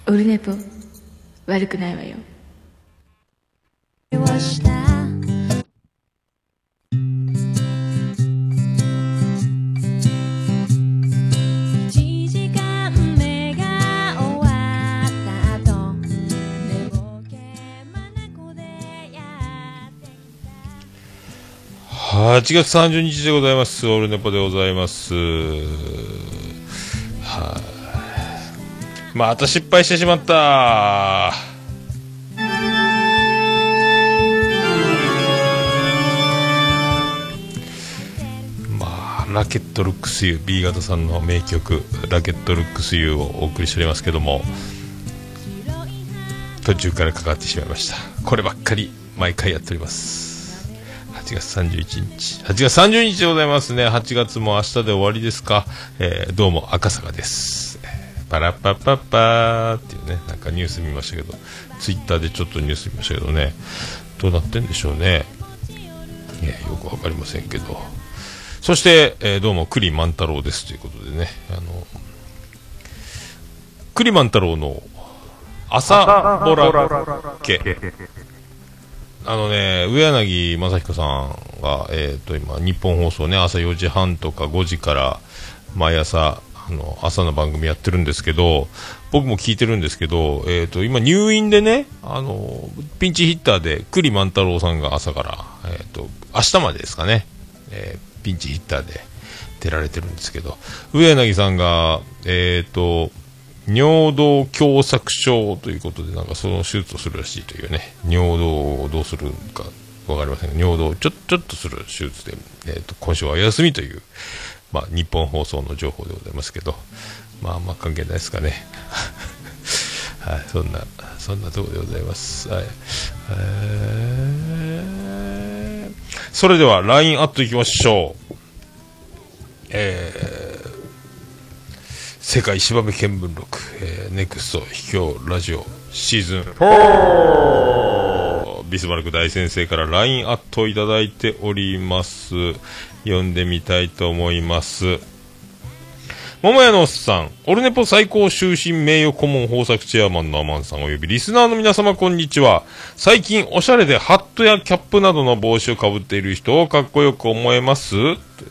オルネポ悪くないわよ。 8月30日でございます。オルネポでございます。また失敗してしまった。ラケットルックスユー B 型さんの名曲ラケットルックスユーをお送りしておりますけども、途中からかかってしまいました。こればっかり毎回やっております。8月31日8月30日でございますね。8月も明日で終わりですか。どうも赤坂です。パラッパッパッパーっていうね、なんかニュース見ましたけど、ツイッターでちょっとニュース見ましたけどね、どうなってんでしょうね。よくわかりませんけど。そして、どうも栗万太郎ですということでね、栗万太郎の朝ぼらけ、上柳正彦さんが、今日本放送ね、朝4時半とか5時から毎朝朝の番組やってるんですけど、僕も聞いてるんですけど、今入院でね、ピンチヒッターで栗万太郎さんが朝から、明日までですかね、ピンチヒッターで出られてるんですけど、上柳さんが尿道狭窄症ということで、なんかその手術をするらしいというね、尿道をどうするかわかりませんが、尿道をちょっとする手術で、今週はお休みという、日本放送の情報でございますけど、関係ないですかね。はい、そんなところでございます。はい。それでは LINE アットいきましょう。世界芝目見聞録、ネクスト秘境ラジオシーズン4、ビスマルク大先生から LINE アットいただいております。読んでみたいと思います。桃屋のおっさん、オルネポ最高終身名誉顧問豊作チェアマンのアマンさんおよびリスナーの皆様こんにちは。最近おしゃれでハットやキャップなどの帽子をかぶっている人をかっこよく思えます？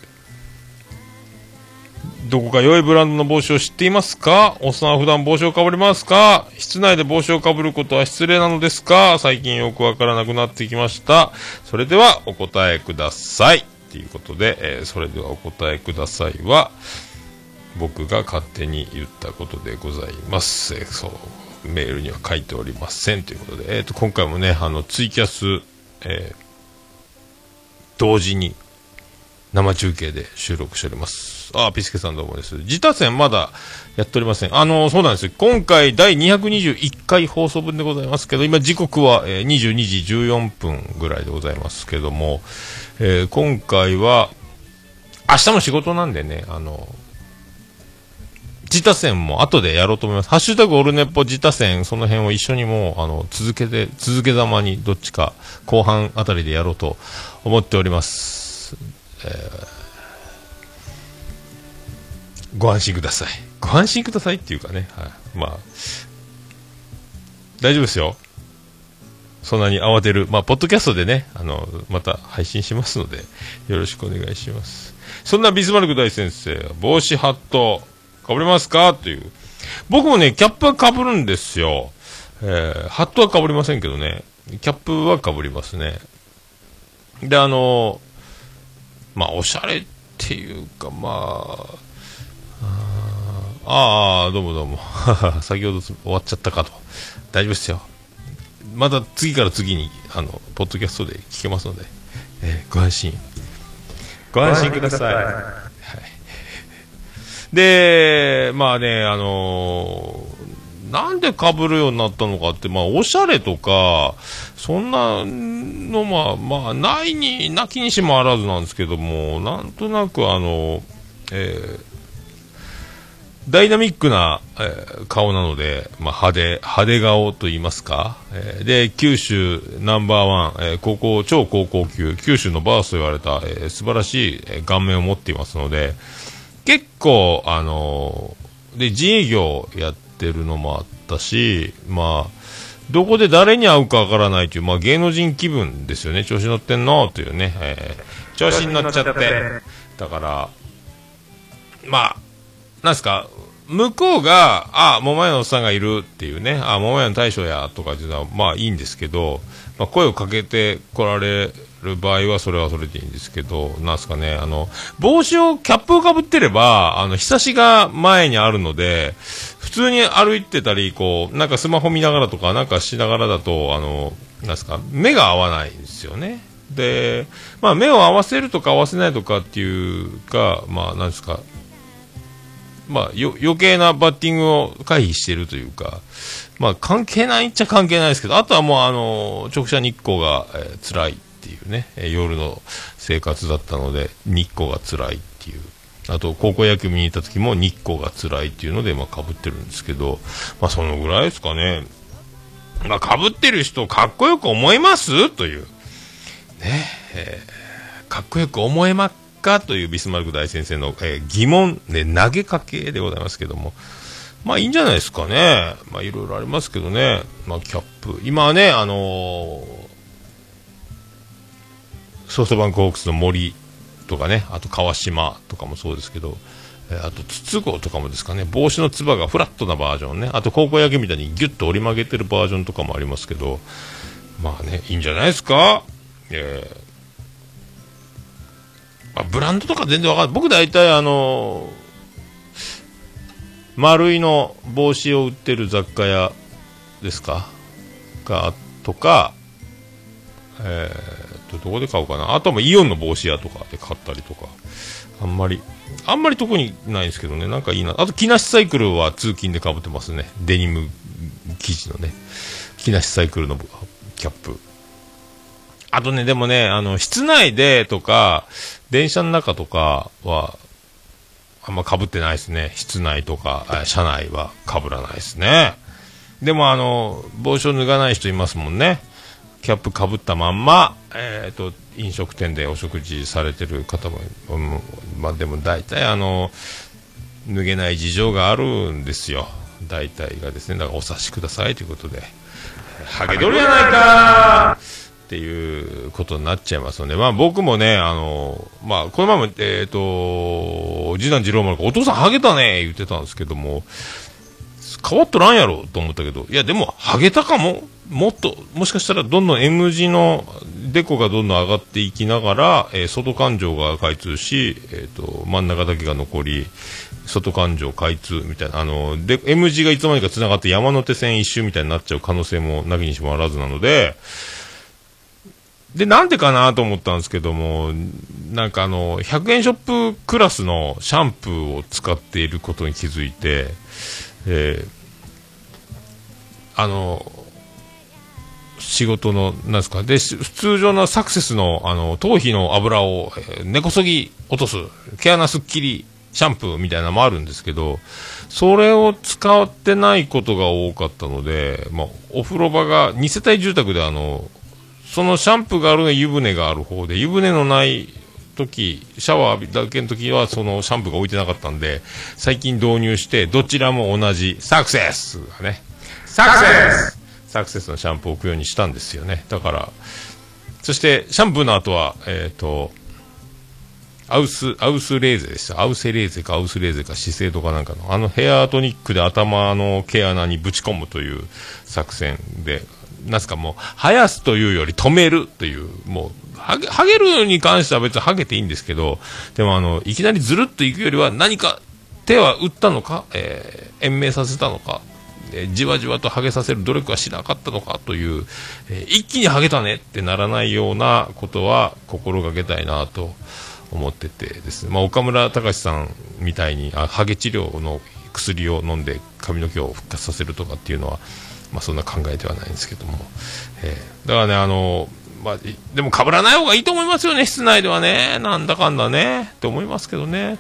どこか良いブランドの帽子を知っていますか？おっさんは普段帽子をかぶりますか？室内で帽子をかぶることは失礼なのですか？最近よくわからなくなってきました。それではお答えくださいということで、それではお答えくださいは僕が勝手に言ったことでございます。そうメールには書いておりませんということで、今回もねツイキャス、同時に生中継で収録しております。ピスケさんどうもです。自他戦まだやっておりません。そうなんですよ。今回第221回放送分でございますけど、今時刻は、22時14分ぐらいでございますけども、今回は明日も仕事なんでね、自他戦も後でやろうと思います。ハッシュタグオルネポ自他戦、その辺を一緒にもう続けざまにどっちか後半あたりでやろうと思っております。ご安心ください。ご安心くださいっていうかね、はい、大丈夫ですよ。そんなに慌てる。ポッドキャストでね、また配信しますので、よろしくお願いします。そんなビスマルク大先生、帽子、ハット、かぶれますかという。僕もね、キャップはかぶるんですよ。ハットはかぶりませんけどね、キャップはかぶりますね。で、おしゃれっていうか、どうも。先ほど終わっちゃったかと。大丈夫ですよ。また次から次に、ポッドキャストで聞けますので、ご安心ください。はい。で、なんで被るようになったのかって、おしゃれとか、そんなの、なきにしもあらずなんですけども、なんとなくダイナミックな、顔なので、派手顔と言いますか、で九州ナンバーワン、超高校級九州のバースと言われた、素晴らしい、顔面を持っていますので、結構で自営業やってるのもあっったし、まあ、どこで誰に会うかわからないという、まあ芸能人気分ですよね。調子乗ってんのというね、調子に乗っちゃって。だから、まあ、なんすか、向こうが、桃屋のおっさんがいるっていうね、桃屋の大将やとかっていうのは、まあいいんですけど、まあ声をかけて来られる場合はそれはそれでいいんですけど、なんすかね、帽子を、キャップをかぶってれば、日差しが前にあるので、普通に歩いてたり、こう、なんかスマホ見ながらとか、なんかしながらだと、なんすか、目が合わないんですよね。で、まあ目を合わせるとか合わせないとかっていうか、まあなんですか、まあ、余計なバッティングを回避しているというか、まあ、関係ないっちゃ関係ないですけど、あとはもう、直射日光が、辛いっていうね、夜の生活だったので、日光が辛いっていう。あと、高校野球見に行った時も日光が辛いっていうので、まあ、被ってるんですけど、まあ、そのぐらいですかね。まあ、被ってる人、かっこよく思いますという。ね、かっこよく思えますかというビスマルク大先生の、疑問、ね、投げかけでございますけども、まあいいんじゃないですかね。まあいろいろありますけどね。まあキャップ、今はね、ソフトバンクホークスの森とかね、あと川島とかもそうですけど、あと筒香とかもですかね、帽子のつばがフラットなバージョンね、あと高校野球みたいにギュッと折り曲げてるバージョンとかもありますけど、まあね、いいんじゃないですか。ブランドとか全然わかんない。僕大体丸いの帽子を売ってる雑貨屋ですかとか、どこで買おうかな。あとはもうイオンの帽子屋とかで買ったりとか。あんまり特にないんですけどね。なんかいいな。あと、木梨サイクルは通勤で被ってますね。デニム生地のね。木梨サイクルのキャップ。あとね、でもね、室内でとか、電車の中とかは、あんま被ってないですね。室内とか、車内は被らないですね。でも帽子を脱がない人いますもんね。キャップ被ったまんま、飲食店でお食事されてる方も、まあでも大体脱げない事情があるんですよ。大体がですね。だからお察しくださいということで。ハゲドルやないかーっていうことになっちゃいますので、まあ僕もね、まあこの前も、次男次郎丸がお父さんハゲたね言ってたんですけども、変わっとらんやろと思ったけど、いやでもハゲたかも、もっと、もしかしたらどんどん M 字のデコがどんどん上がっていきながら、外環状が開通し、真ん中だけが残り、外環状開通みたいな、で、M 字がいつの間にか繋がって山手線一周みたいになっちゃう可能性もなきにしもあらずなので、で、なんでかなと思ったんですけども、なんか100円ショップクラスのシャンプーを使っていることに気づいて、仕事の、なんですか、で、通常のサクセスの、頭皮の油を、根こそぎ落とす、毛穴すっきりシャンプーみたいなのもあるんですけど、それを使ってないことが多かったので、まあ、お風呂場が2世帯住宅でそのシャンプーがあるのは湯船がある方で、湯船のない時、シャワー浴びだけの時はそのシャンプーが置いてなかったんで、最近導入して、どちらも同じサクセスがね、サクセスのシャンプーを置くようにしたんですよね。だから、そしてシャンプーの後は、アウスレーゼでした。アウセレーゼかアウスレーゼか資生堂かなんかの、ヘアトニックで頭の毛穴にぶち込むという作戦で、なんすかもう、生やすというより止めるという、もう、ハゲるに関しては別にハゲていいんですけど、でもいきなりずるっといくよりは何か手は打ったのか、延命させたのか、じわじわとハゲさせる努力はしなかったのかという、一気にハゲたねってならないようなことは心がけたいなと思っててですね、まあ、岡村隆史さんみたいにハゲ治療の薬を飲んで髪の毛を復活させるとかっていうのは、まあ、そんな考えではないんですけども、だからねまあ、でも被らない方がいいと思いますよね、室内ではね、なんだかんだねって思いますけどね、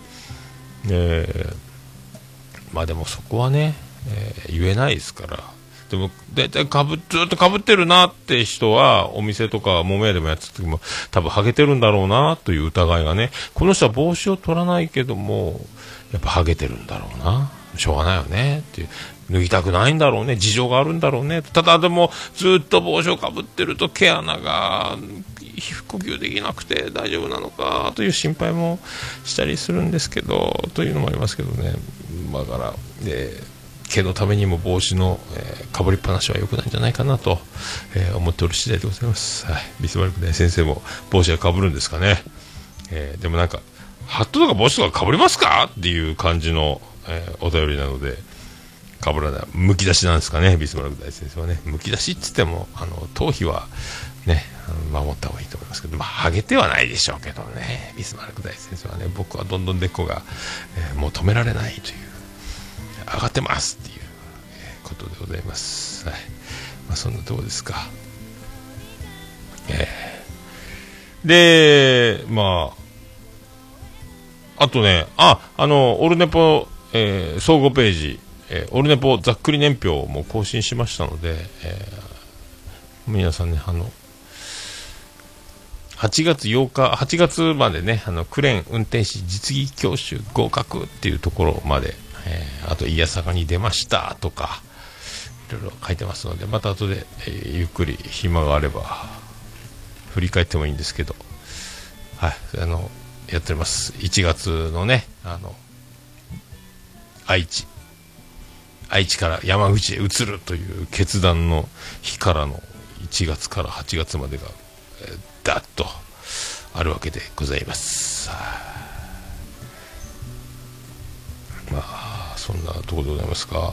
まあでもそこはね、言えないですから。でも大体ずっと被ってるなって人はお店とか桃屋でもやってた時も多分ハゲてるんだろうなという疑いがね、この人は帽子を取らないけどもやっぱハゲてるんだろうな、しょうがないよねっていう。 脱ぎたくないんだろうね、事情があるんだろうね。ただでもずっと帽子をかぶってると毛穴が皮膚呼吸できなくて大丈夫なのかという心配もしたりするんですけど、というのもありますけどね。だから、毛のためにも帽子の、かぶりっぱなしは良くないんじゃないかなと、思っておる次第でございます。はい、ビスマルク大先生も帽子はかぶるんですかね。でもなんかハットとか帽子とかかぶりますかっていう感じの、お便りなので、かぶらない、むき出しなんですかね、ビスマルク大先生はね。むき出しって言っても頭皮はね、守った方がいいと思いますけど、ハゲてはないでしょうけどね、ビスマルク大先生はね。僕はどんどんでっこが、もう止められないという、上がってますっていう、ことでございます。はい、そんなところですか。で、あとね、オルネポ、総合ページ、オルネポざっくり年表も更新しましたので、皆さんね、8月8日、8月までね、クレーン運転士実技教習合格っていうところまで、あと、いやさかに出ましたとか、いろいろ書いてますので、また後で、ゆっくり暇があれば、振り返ってもいいんですけど、はい、やっております。1月のね、愛知から山口へ移るという決断の日からの1月から8月までが、だっとあるわけでございます。そんなところでございますか。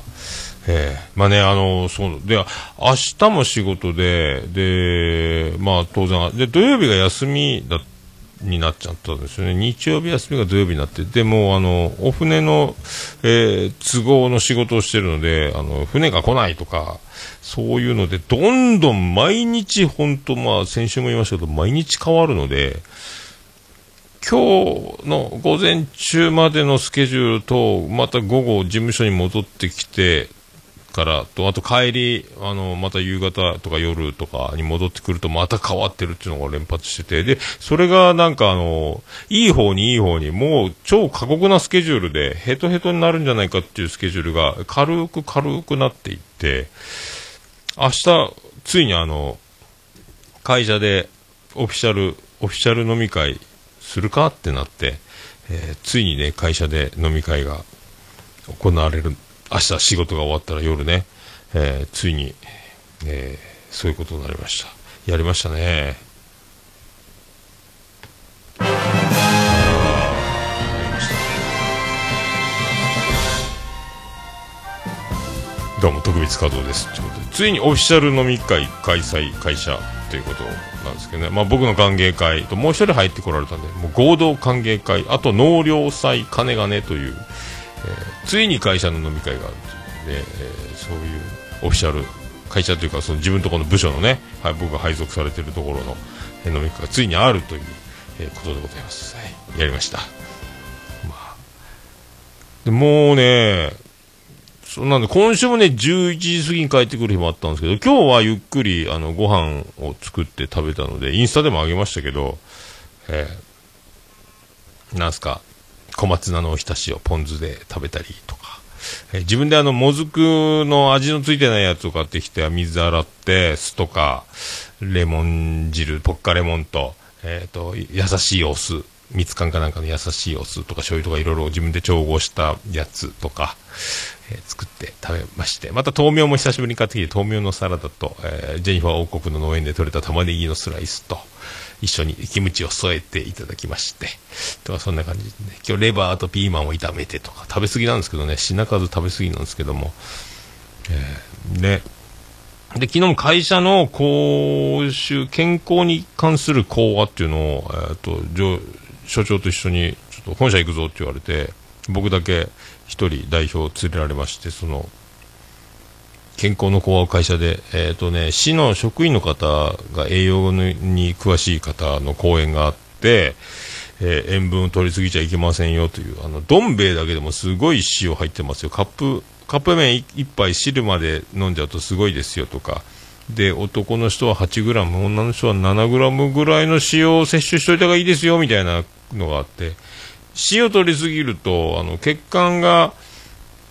そうで、明日も仕事で、当然で土曜日が休みになっちゃったんですよね。日曜日休みが土曜日になって、でもお船の、都合の仕事をしてるので、船が来ないとかそういうので、どんどん毎日本当、先週も言いましたけど、毎日変わるので、今日の午前中までのスケジュールと、また午後事務所に戻ってきてからと、あと帰りまた夕方とか夜とかに戻ってくるとまた変わってるっていうのが連発してて、でそれがなんかいい方にもう超過酷なスケジュールでヘトヘトになるんじゃないかっていうスケジュールが軽くなっていって、明日ついに会社でオフィシャル飲み会するかってなって、ついにね、会社で飲み会が行われる。明日仕事が終わったら夜ね、ついに、そういうことになりました。やりましたね。どうも徳光加藤ですということで、ついにオフィシャル飲み会開催会社ということなんですけどね。僕の歓迎会ともう一人入ってこられたんで、もう合同歓迎会、あと納涼祭金がねという、ついに会社の飲み会があるというで、そういうオフィシャル会社というか、その自分のところの部署のね、はい、僕が配属されているところの飲み会がついにあるという、ことでございます。はい、やりました。でもうね、なんで今週もね11時過ぎに帰ってくる日もあったんですけど、今日はゆっくりご飯を作って食べたので、インスタでもあげましたけど、なんすか、小松菜のおひたしをポン酢で食べたりとか、自分でもずくの味のついてないやつを買ってきて水洗って酢とかレモン汁、ポッカレモンと優しいお酢、蜜柑かなんかの優しいお酢とか醤油とかいろいろ自分で調合したやつとか、作って食べまして、また豆苗も久しぶりに買ってきて、豆苗のサラダと、ジェニファー王国の農園で採れた玉ねぎのスライスと一緒にキムチを添えていただきまして、とかそんな感じで、ね、今日レバーとピーマンを炒めてとか、食べ過ぎなんですけどね、品数食べ過ぎなんですけども、ね。で、昨日も会社の健康に関する講話っていうのを、所長と一緒にちょっと本社行くぞって言われて、僕だけ一人代表連れられまして、その健康の講話を会社で、市の職員の方が栄養に詳しい方の講演があって、塩分を取りすぎちゃいけませんよという、どん兵衛だけでもすごい塩入ってますよ。カップ麺1杯汁まで飲んじゃうとすごいですよとかで、男の人は 8g、 女の人は 7g ぐらいの塩を摂取しといた方がいいですよみたいなのがあって、塩取りすぎると血管が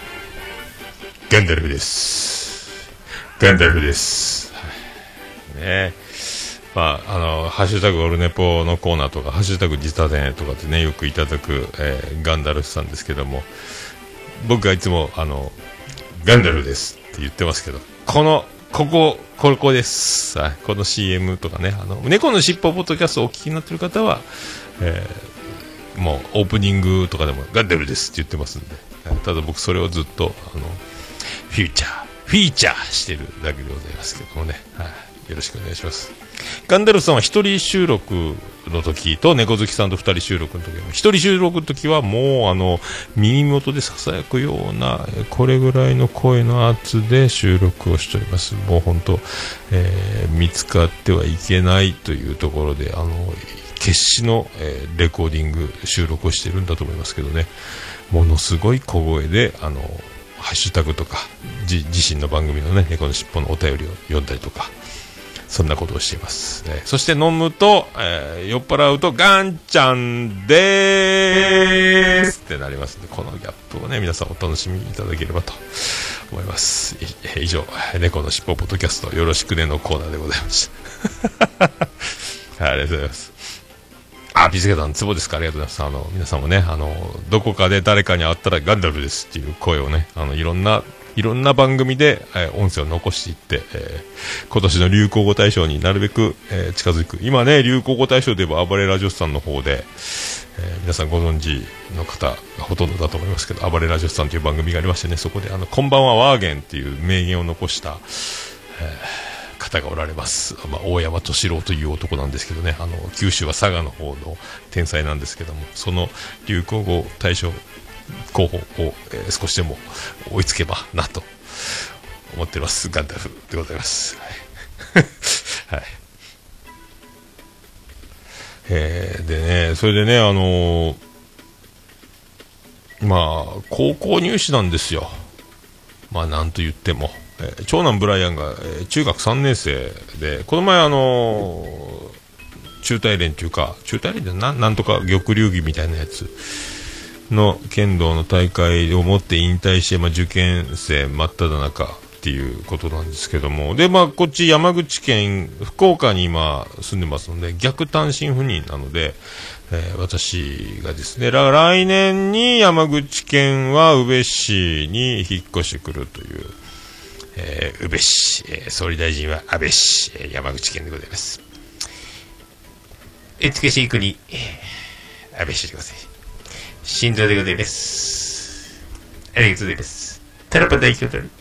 ガンダルフです。ガンダルフです。ね、まあ、ハッシュタグオルネポのコーナーとか、ハッシュタグ自他伝とかでね、よくいただく、ガンダルフさんですけども、僕がいつも、ガンダルフですって言ってますけど、ここです。はい、この CM とかね、猫のしっぽポッドキャストをお聞きになっている方は、もうオープニングとかでもガンダルフですって言ってますんで、ただ僕それをずっとフィーチャーしてるだけでございますけどもね、はい、よろしくお願いします。ガンダルフさんは一人収録の時と猫好きさんと二人収録の時は、一人収録の時はもう耳元で囁くようなこれぐらいの声の圧で収録をしております。もう本当、見つかってはいけないというところで決死の、レコーディング収録をしているんだと思いますけどね、ものすごい小声でハッシュタグとか自身の番組のね、猫のしっぽのお便りを読んだりとか、そんなことをしています、そして飲むと、酔っ払うとガンちゃんでーすってなりますので、このギャップをね、皆さんお楽しみいただければと思います。以上、猫のしっぽポッドキャストよろしくねのコーナーでございましたはい、ありがとうございます。ビスケさん、ツボですか、ありがとうございます。皆さんもね、どこかで誰かに会ったらガンダルですっていう声をね、いろんな番組で、音声を残していって、今年の流行語大賞になるべく、近づく。今ね、流行語大賞で言えば暴れラジオスさんの方で、皆さんご存知の方がほとんどだと思いますけど、暴れラジオスさんという番組がありましてね、そこでこんばんはワーゲンっていう名言を残した、方がおられます。大山敏郎という男なんですけどね、九州は佐賀の方の天才なんですけども、その流行語大賞候補を、少しでも追いつけばなと思ってます。ガンダルフでございます。はいはい、でね、それでね、高校入試なんですよ。なんと言っても、長男ブライアンが、中学3年生で、この前中大連というか、中大連でなんとか玉龍儀みたいなやつの剣道の大会を持って引退して、受験生真っ只中っていうことなんですけども、でこっち山口県福岡に今住んでますので、逆単身赴任なので、私がですね、来年に山口県は宇部市に引っ越してくるという、宇部市、総理大臣は安倍氏、山口県でございます。美しい国、安倍氏でございます。心臓でございます。ありがとうございます。タラパ大京都に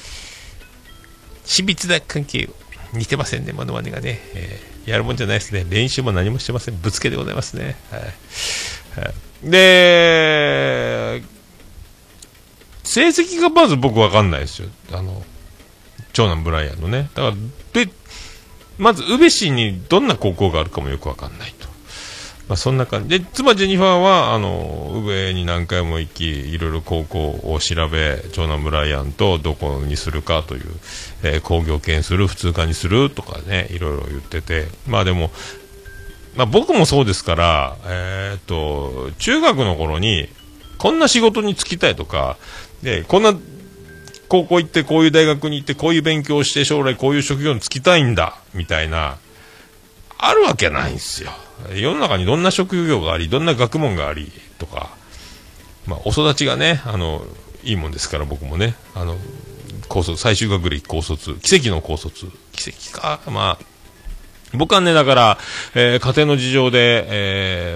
親密な関係を似てませんね、モノマネがね、やるもんじゃないですね。練習も何もしてません。ぶつけでございますね。はいはい、で、成績がまず僕分かんないですよ。長男ブライアンのね。だからまず宇部市にどんな高校があるかもよく分かんないと。そんな感じで、妻ジェニファーは宇部に何回も行き、いろいろ高校を調べ、長男ブライアンとどこにするかという、工業系にする、普通科にするとかね、いろいろ言ってて、でも、僕もそうですから、中学の頃にこんな仕事に就きたいとかで、こんな高校行ってこういう大学に行ってこういう勉強をして将来こういう職業に就きたいんだみたいなあるわけないんですよ。世の中にどんな職業があり、どんな学問がありとか、お育ちがね、いいもんですから、僕もね、高卒、最終学歴高卒、奇跡の高卒、奇跡か、僕はね、だから、家庭の事情で、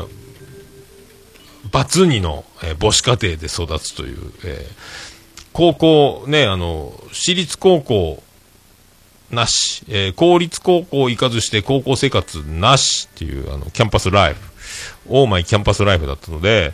バツ2の、母子家庭で育つという、高校ね、私立高校なし、公立高校行かずして高校生活なしっていうキャンパスライフ、オーマイキャンパスライフだったので、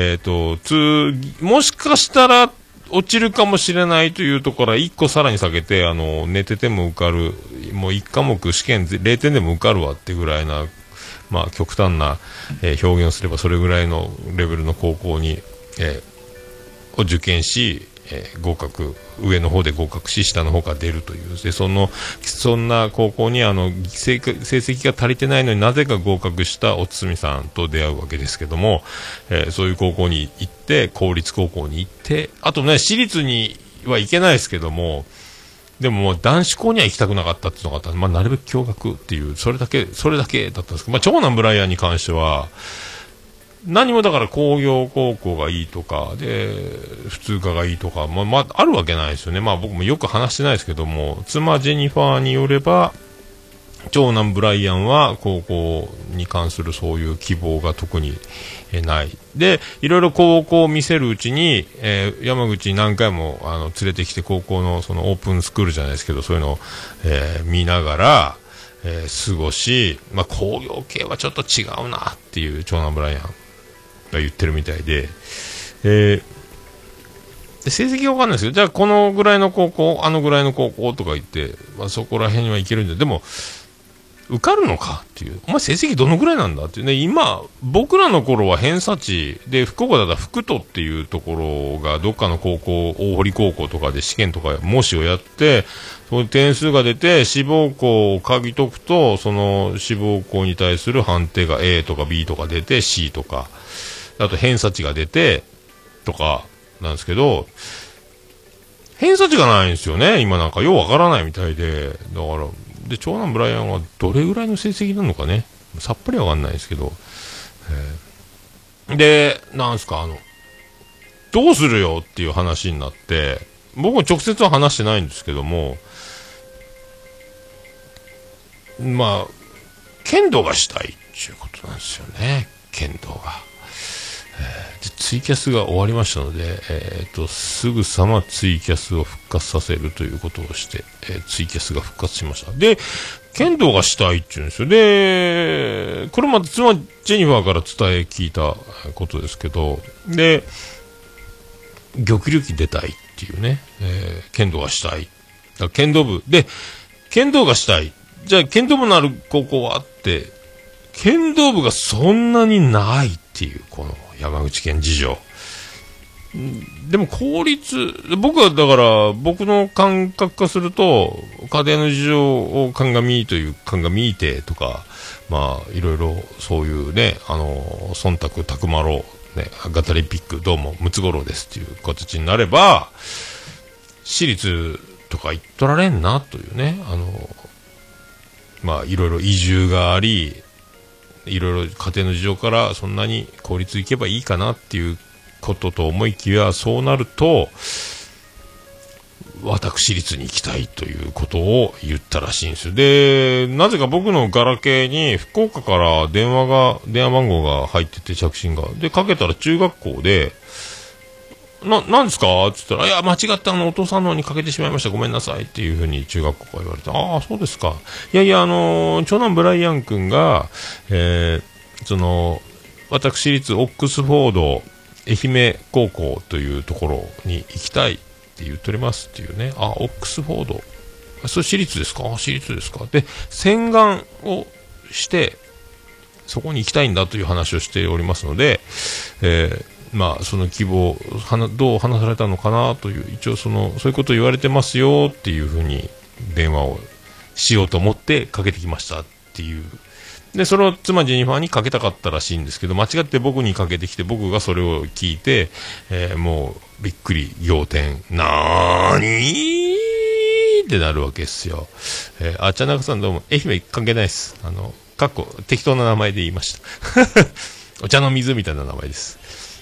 もしかしたら落ちるかもしれないというところから1個さらに下げて、寝てても受かる、もう1科目試験0点でも受かるわってぐらいな、極端な、表現をすればそれぐらいのレベルの高校に、を受験し、合格、上の方で合格し、下の方から出るという。で、そんな高校に成績が足りてないのになぜか合格したおつみさんと出会うわけですけども、そういう高校に行って、公立高校に行って、あとね、私立にはいけないですけども、でももう男子校には行きたくなかったっていうのがあったんで、まあ、なるべく共学っていう、それだけだったんですけど、まあ、長男ブライアンに関しては、何もだから工業高校がいいとか、で、普通科がいいとか、まあ、あるわけないですよね。まあ僕もよく話してないですけども、妻ジェニファーによれば、長男ブライアンは高校に関するそういう希望が特にない。で、いろいろ高校を見せるうちに、山口に何回も連れてきて高校のそのオープンスクールじゃないですけど、そういうのを、見ながら、過ごし、まあ工業系はちょっと違うなっていう長男ブライアンが言ってるみたいで、で成績がわかんないですけど、じゃあこのぐらいの高校、あのぐらいの高校とか言って、まあそこら辺にはいけるんで、でも、受かるのかっていう。お前成績どのぐらいなんだっていうね。今、僕らの頃は偏差値で、福岡だったら福都っていうところが、どっかの高校、大堀高校とかで試験とか模試をやって、その点数が出て、志望校を嗅ぎ解くと、その志望校に対する判定が A とか B とか出て、C とか、あと偏差値が出て、とか、なんですけど、偏差値がないんですよね。今なんかようわからないみたいで、だから、で長男ブライアンはどれぐらいの成績なのかね、さっぱりわかんないですけど、でなんすかどうするよっていう話になって、僕も直接は話してないんですけども、まあ剣道がしたいっていうことなんですよね。剣道が、でツイキャスが終わりましたので、すぐさまツイキャスを復活させるということをして、ツイキャスが復活しました。で剣道がしたいって言うんですよ。でこれまた妻ジェニファーから伝え聞いたことですけど、で玉龍旗出たいっていうね、剣道がしたい、剣道部で剣道がしたい、じゃあ剣道部のある高校はあって、剣道部がそんなにないっていう、この山口県事情でも公立、僕はだから僕の感覚化すると、家庭の事情を鑑みてとか、まあいろいろそういうね、忖度たくまろうね、ガタリピックどうもムツゴロウですっていう形になれば、私立とか言っとられんなというね、まあいろいろ移住があり、いろいろ家庭の事情からそんなに公立行けばいいかなっていうことと思いきや、そうなると私立に行きたいということを言ったらしいんですよ。でなぜか僕のガラケーに福岡から電話番号が入ってて、着信がでかけたら中学校で、なんですかって言ったら、いや間違ってお父さんの方にかけてしまいました、ごめんなさいっていうふうに中学校から言われて、ああそうですか、いやいや長男ブライアン君が、その私立オックスフォード愛媛高校というところに行きたいって言っておりますっていうね。あ、オックスフォード、それ私立ですか、私立ですか。で洗顔をしてそこに行きたいんだという話をしておりますので、まあその希望どう話されたのかなという、一応そういうことを言われてますよっていうふうに電話をしようと思ってかけてきましたっていう。でそれを妻ジェニファーにかけたかったらしいんですけど、間違って僕にかけてきて、僕がそれを聞いて、もうびっくり仰天、なーにーってなるわけですよ。あちゃなかさんどうも、愛媛関係ないです。適当な名前で言いましたお茶の水みたいな名前です。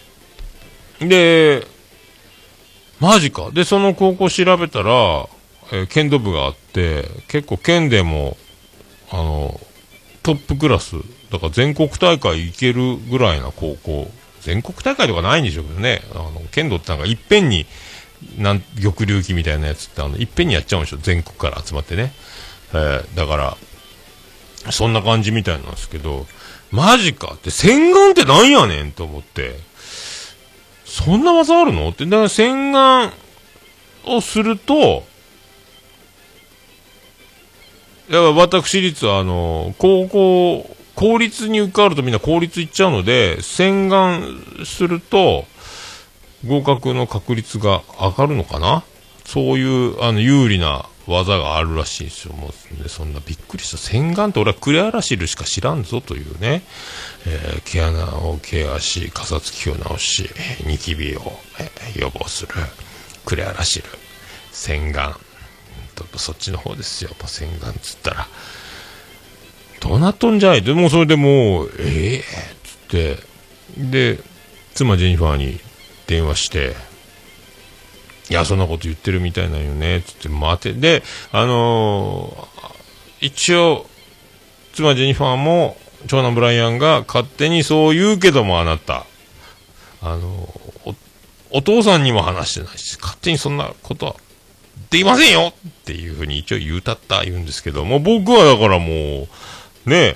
でマジか。でその高校調べたら、剣道部があって、結構剣でもトップクラスだから全国大会行けるぐらいな高校、全国大会とかないんでしょうけどね、剣道ってなんかいっぺんに玉龍旗みたいなやつっていっぺんにやっちゃうんでしょ、全国から集まってね、だからそんな感じみたいなんですけど、マジかって洗顔ってなんやねんと思って、そんな技あるのって。だから洗顔をすると、私立は公立に受かるとみんな公立行っちゃうので、洗顔すると合格の確率が上がるのかな、そういう有利な技があるらしいんですよ。もう、ね、そんなびっくりした。洗顔って俺はクレアラシルしか知らんぞというね、毛穴をケアし、かさつきを直し、ニキビを、予防するクレアラシル洗顔そっちの方ですよ。洗顔つったらどうなっとんじゃい。でもそれでもうつってで妻ジェニファーに電話して、いやそんなこと言ってるみたいなんよねつって待てで一応妻ジェニファーも長男ブライアンが勝手にそう言うけども、あなたお父さんにも話してないし勝手にそんなことはできませんよっていうふうに一応言うんですけども、僕はだからもうね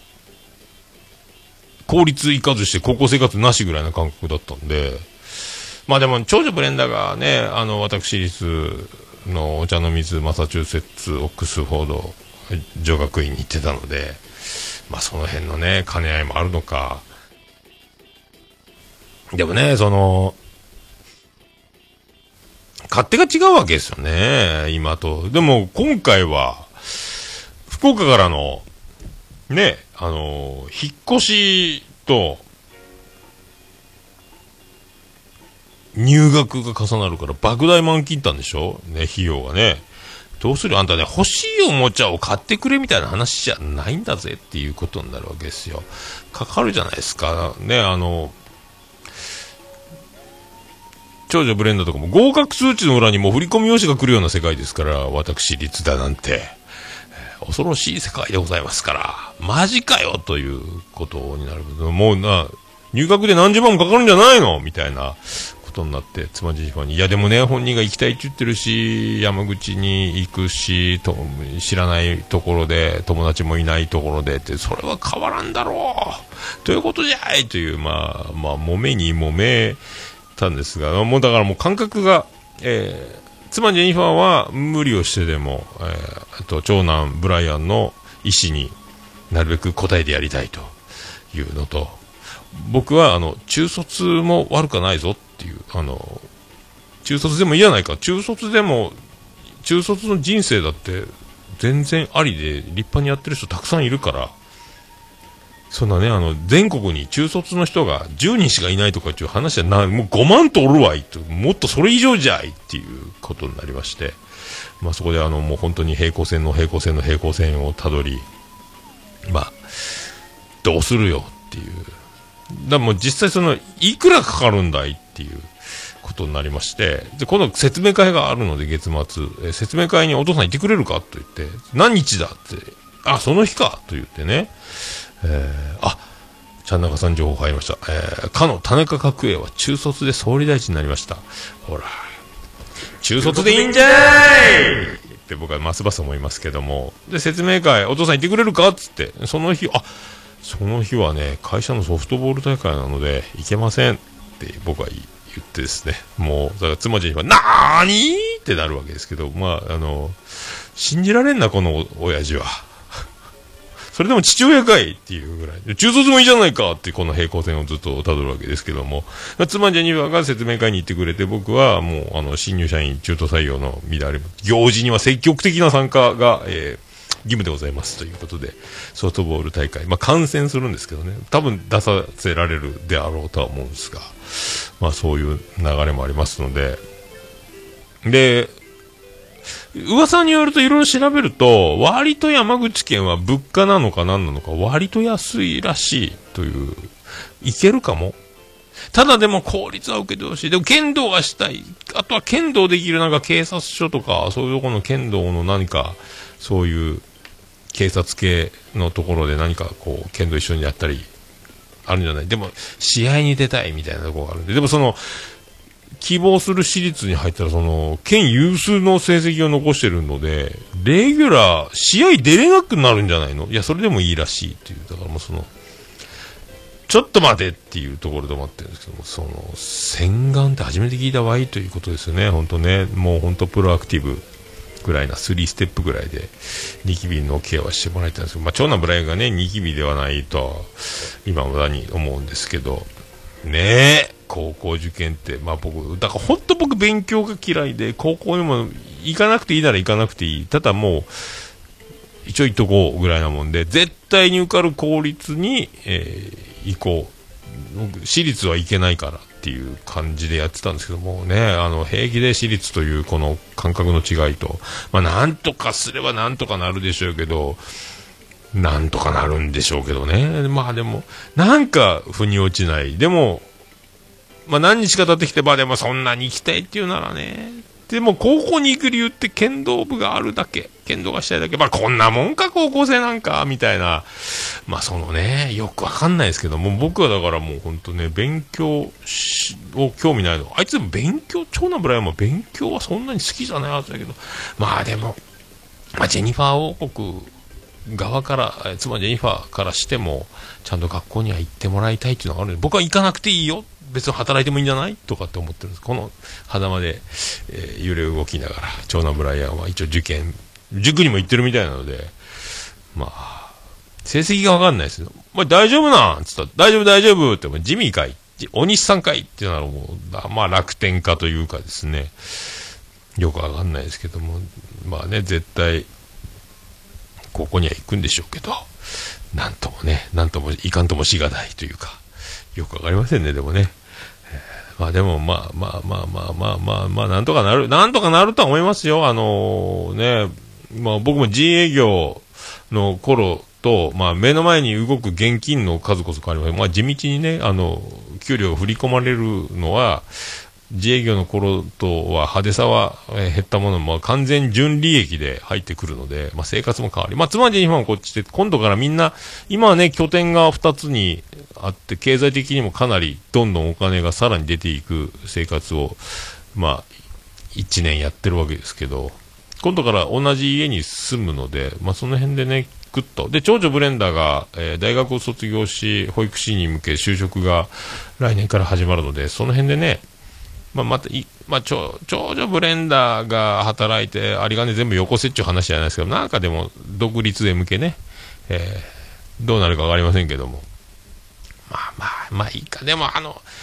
公立行かずして高校生活なしぐらいな感覚だったんで、まあでも長女ブレンダがね私立のお茶の水マサチューセッツオックスフォード女学院に行ってたので、まあその辺のね兼ね合いもあるのか。でもね勝手が違うわけですよね今と。でも今回は福岡からのね引っ越しと入学が重なるから莫大満金ったんでしょね、費用がね。どうするあんたね、欲しいおもちゃを買ってくれみたいな話じゃないんだぜっていうことになるわけですよ。かかるじゃないですかね。長女ブレンダーとかも合格数値の裏にも振り込み用紙が来るような世界ですから、私立だなんて、恐ろしい世界でございますから、マジかよということになる。もう入学で何十万もかかるんじゃないのみたいなことになって、妻ジェニファーに、いやでもね本人が行きたいって言ってるし、山口に行くし知らないところで友達もいないところでって、それは変わらんだろうということじゃいというまあ揉めに揉めたんですが、もうだからもう感覚が、妻ジェニファーは無理をしてでも、長男ブライアンの意思になるべく応えてやりたいというのと、僕は中卒も悪くないぞっていう、中卒でもいいじゃないか、中卒の人生だって全然ありで立派にやってる人たくさんいるから、そんなね全国に中卒の人が10人しかいないとかっていう話じゃない、もう5万とおるわいと、もっとそれ以上じゃいっていうことになりまして、まあそこでもう本当に平行線をたどり、まあどうするよっていう、だからもう実際いくらかかるんだいっていうことになりまして、でこの説明会があるので月末、説明会にお父さん行ってくれるかと言って、何日だって、あその日かと言ってね、ちゃんなかさん情報入りました。かの田中角栄は中卒で総理大臣になりました。ほら中卒でいいんじゃーいって僕はますます思いますけども、で説明会お父さん行ってくれるかっつって、その日はね会社のソフトボール大会なので行けませんって僕は言ってですね、もうだから妻ジェニファーなーにーってなるわけですけど、まあ信じられんなこの親父はそれでも父親かいっていうぐらい、中卒もいいじゃないかってこの平行線をずっと辿るわけですけども、妻ジェニファーが説明会に行ってくれて、僕はもう新入社員中途採用の乱れ行事には積極的な参加が、義務でございますということで、ソフトボール大会、まあ観戦するんですけどね、多分出させられるであろうとは思うんですが、まあそういう流れもありますので、で噂によるといろいろ調べると、割と山口県は物価なのか何なのか割と安いらしいという、いけるかも。ただでも公立は受けてほしい。でも剣道がしたい。あとは剣道できるなんか警察署とかそういうところの剣道の何かそういう警察系のところで何かこう剣道一緒にやったりあるんじゃない。でも試合に出たいみたいなところがあるんで、でも希望する私立に入ったら県有数の成績を残してるのでレギュラー試合出れなくなるんじゃないの。いやそれでもいいらしいっていう、だからもうちょっと待てっていうところで待ってるんですけども、洗顔って初めて聞いたわいということですよね。本当ね、もう本当プロアクティブぐらいな3ステップぐらいでニキビのケアはしてもらいたいんですけど、まあ長男ブライアンがねニキビではないと今無駄に思うんですけどねえ、高校受験って、まあだから本当僕勉強が嫌いで、高校にも行かなくていいなら行かなくていい。ただもう、一応行っとこうぐらいなもんで、絶対に受かる公立に、行こ私立はいけないからっていう感じでやってたんですけどもね、平気で私立というこの感覚の違いと、まあなんとかすればなんとかなるでしょうけど、なんとかなるんでしょうけどね。まあでも、なんか腑に落ちない。でも、まあ何日か経ってきて、まあでもそんなに行きたいっていうならね。でも高校に行く理由って剣道部があるだけ。剣道がしたいだけ。まあこんなもんか高校生なんか、みたいな。まあそのね、よくわかんないですけども、僕はだからもうほんとね、勉強を興味ないの。あいつも勉強、長男ブライアンも勉強はそんなに好きじゃないはずだけど。まあでも、まあジェニファー王国、側から妻ジェニファーからしてもちゃんと学校には行ってもらいたいっていうのがあるので、僕は行かなくていいよ、別に働いてもいいんじゃないとかって思ってるんです。この狭間で、揺れ動きながら長男ブライアンは一応塾にも行ってるみたいなので、まあ成績が分かんないですよ。まあ、大丈夫なんつったら大丈夫って、ジミーかい大西さんかいっていうのはもうまあ楽天家というかですね、よく分かんないですけども、まあね、絶対ここには行くんでしょうけど、なんともいかんともしがないというか、よくわかりませんね。でもね、まあでもまあなんとかなるとは思いますよ。ね、まあ僕も自営業の頃と、まあ目の前に動く現金の数こそ変わります。まあ地道にね、給料を振り込まれるのは、自営業の頃とは派手さは減ったものも完全純利益で入ってくるので、まあ、生活も変わり、まあ、つまり今こっちで今度からみんな今はね拠点が2つにあって経済的にもかなりどんどんお金がさらに出ていく生活をまあ1年やってるわけですけど、今度から同じ家に住むので、まあ、その辺でねグッとで長女ブレンダーが、大学を卒業し保育士に向け就職が来年から始まるので、その辺でねまあ、長女ブレンダーが働いて有り金全部よこせっちゅう話じゃないですけど、なんかでも独立へ向けね、どうなるか分かりませんけども、まあいいか。でも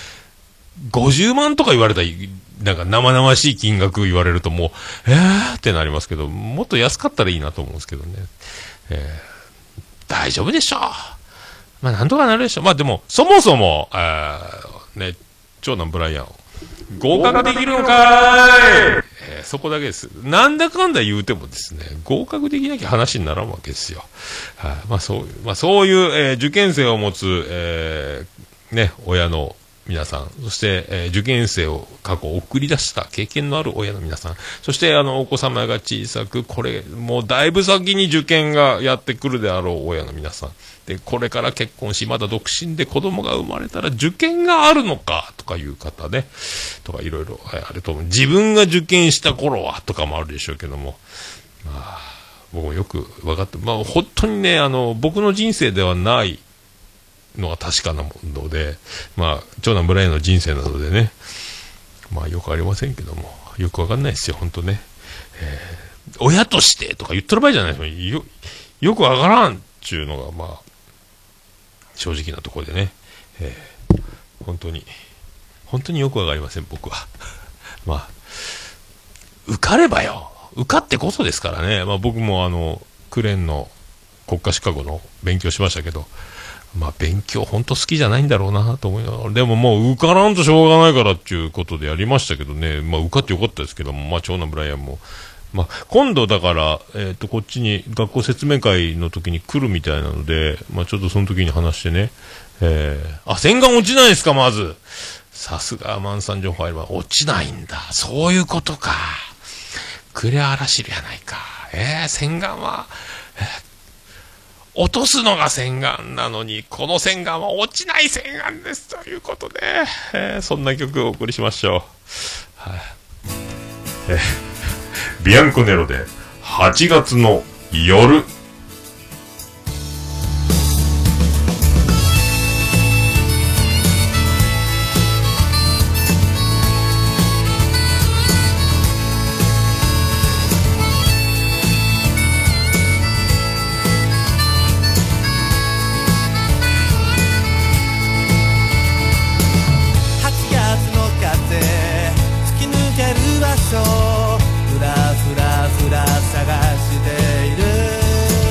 50万とか言われたらなんか生々しい金額言われるともうってなりますけど、もっと安かったらいいなと思うんですけどね、大丈夫でしょう。まあなんとかなるでしょう。まあでもそもそもね、長男ブライアン合格できるのかーい、そこだけです。なんだかんだ言うてもですね、合格できなきゃ話にならんわけですよ。まあそういう、受験生を持つ、ね、親の皆さん、そして、受験生を過去送り出した経験のある親の皆さん、そしてお子様が小さく、これもうだいぶ先に受験がやってくるであろう親の皆さんで、これから結婚しまだ独身で子供が生まれたら受験があるのかとかいう方ね、とかいろいろあると思う。自分が受験した頃はとかもあるでしょうけども、まあ僕もよく分かって、まあ本当にね、僕の人生ではないのは確かなので、まあ長男ブライアンの人生なのでね、まあよくありませんけども、よくわかんないですよ本当ね、親としてとか言ってる場合じゃないですよ。よくわからんっていうのがまあ正直なところでね、本当によくわかりません僕は。まあ受かればよ、受かってこそですからね。まあ僕もクレーンの国家資格の勉強しましたけど、まあ勉強本当好きじゃないんだろうなと思いながら、でももう受からんとしょうがないからっていうことでやりましたけどね、まあ受かってよかったですけども、まあ長男ブライアンも、まあ今度だから、こっちに学校説明会の時に来るみたいなので、まあちょっとその時に話してね、洗顔落ちないですかまず。さすがマンさん情報あれば落ちないんだ。そういうことか。クレアラシルやないか。洗顔は、落とすのが洗顔なのにこの洗顔は落ちない洗顔ですということで、そんな曲をお送りしましょう。ビアンコネロで8月の夜。 ふらふら探している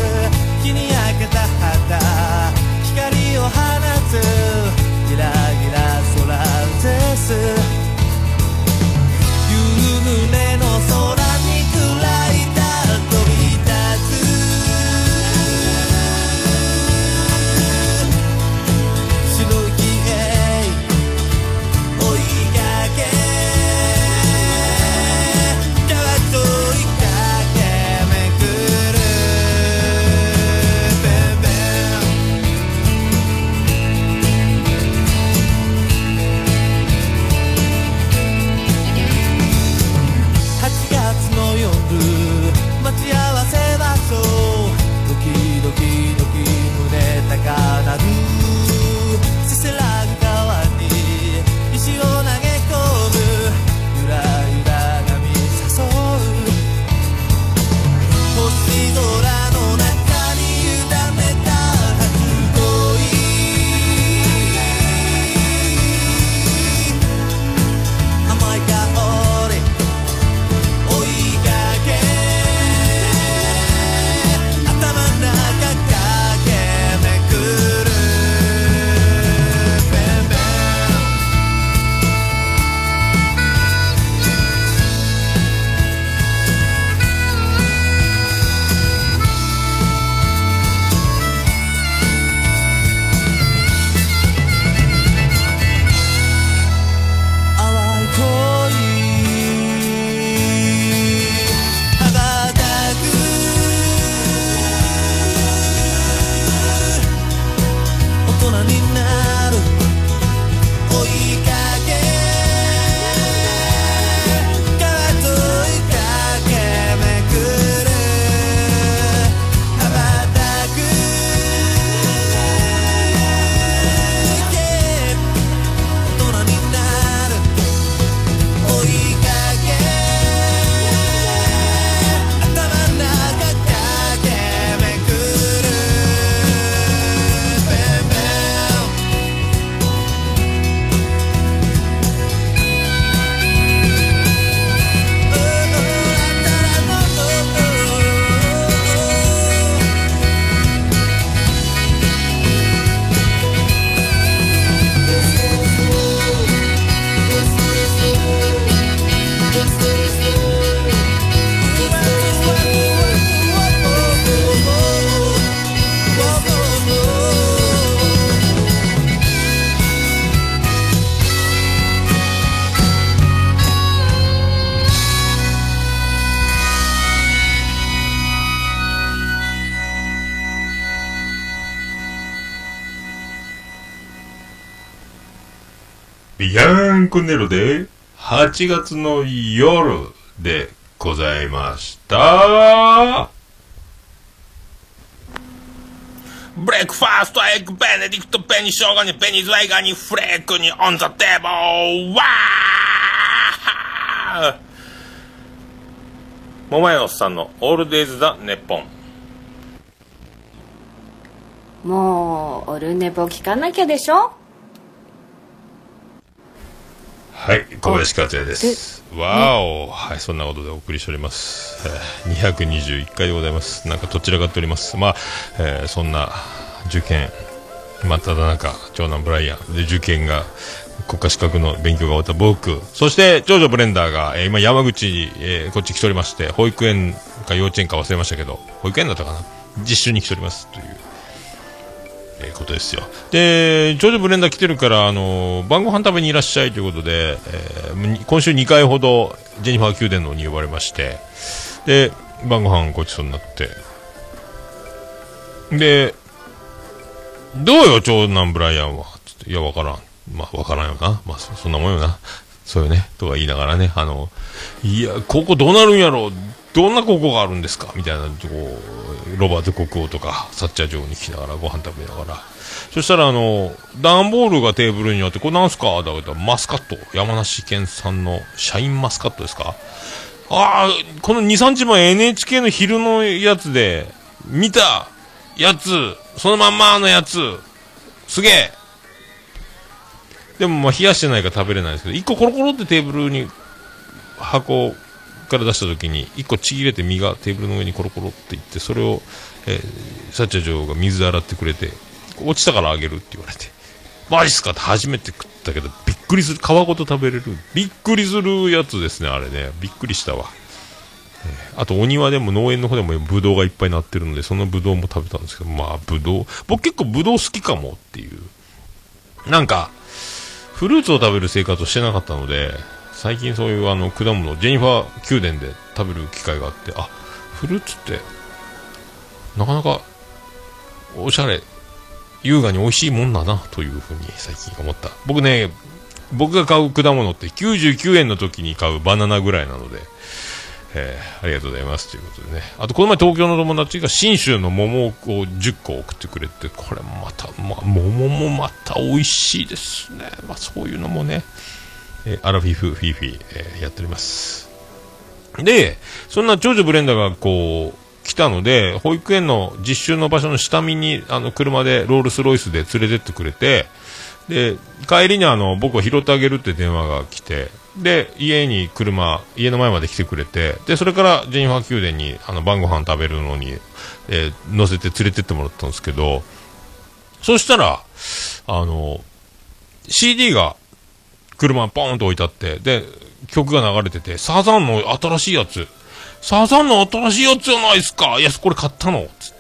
ビアンコネロで8月の夜でございました。 ブレックファーストエッグベネディクトペニショウガニペニズワイガニフレークにオンザテーブルわー桃屋のおっさんのオールデイズザネッポン。 もうオルネポ聞かなきゃでしょ。 はい、小林克也です。わーお、はい、そんなことでお送りしております。221回でございます。なんかどちらかっております。まあ、そんな受験、まあ、ただなんか長男ブライアンで受験が国家資格の勉強が終わった僕、そして長女ブレンダーが、今山口に、こっち来ておりまして、保育園か幼稚園か忘れましたけど、保育園だったかな、実習に来ておりますという。ことですよ。で、長女ブレンダー来てるから晩ご飯食べにいらっしゃいということで、今週2回ほどジェニファー宮殿の方に呼ばれまして、で晩ご飯ごちそうになって、でどうよ長男ブライアンはつって、いやわからん、まあわからんよな、まあ そんなもんよな、そうよねとか言いながらね、いやここどうなるんやろう、どんな高校があるんですかみたいなとこ、ロバート国王とかサッチャー城に聞きながらご飯食べながら、そしたら段ボールがテーブルにあって、これなんすかだけど、マスカット、山梨県産のシャインマスカットですか。ああ、この 2,3 日前 NHK の昼のやつで見たやつ、そのまんまのやつ、すげえ。でもまあ冷やしてないから食べれないですけど、1個コロコロってテーブルに箱から出した時に1個ちぎれて、身がテーブルの上にコロコロっていって、それを、サッチャ女王が水で洗ってくれて、落ちたからあげるって言われて、マジっすかって初めて食ったけど、びっくりする、皮ごと食べれる、びっくりするやつですね、あれね、びっくりしたわ。あとお庭でも農園の方でもブドウがいっぱいなってるので、そのブドウも食べたんですけど、まあブドウ、僕結構ブドウ好きかもっていう、なんかフルーツを食べる生活をしてなかったので、最近そういう果物をジェニファー宮殿で食べる機会があって、あ、フルーツってなかなかおしゃれ、優雅に美味しいもんだなというふうに最近思った。僕が買う果物って99円の時に買うバナナぐらいなので、ありがとうございますということでね。あとこの前東京の友達が信州の桃を10個送ってくれて、これもまた、桃もまた美味しいですね。まあそういうのもね、アラフィフ、フィーフィー、やっております。で、そんな長女ブレンダーがこう、来たので、保育園の実習の場所の下見に、車で、ロールスロイスで連れてってくれて、で、帰りに僕を拾ってあげるって電話が来て、で、家の前まで来てくれて、で、それからジェニファー宮殿に、晩ご飯食べるのに、乗せて連れてってもらったんですけど、そしたら、CD が、車ポーンと置いてあって、で曲が流れてて、サザンの新しいやつじゃないですか、いやこれ買ったのつって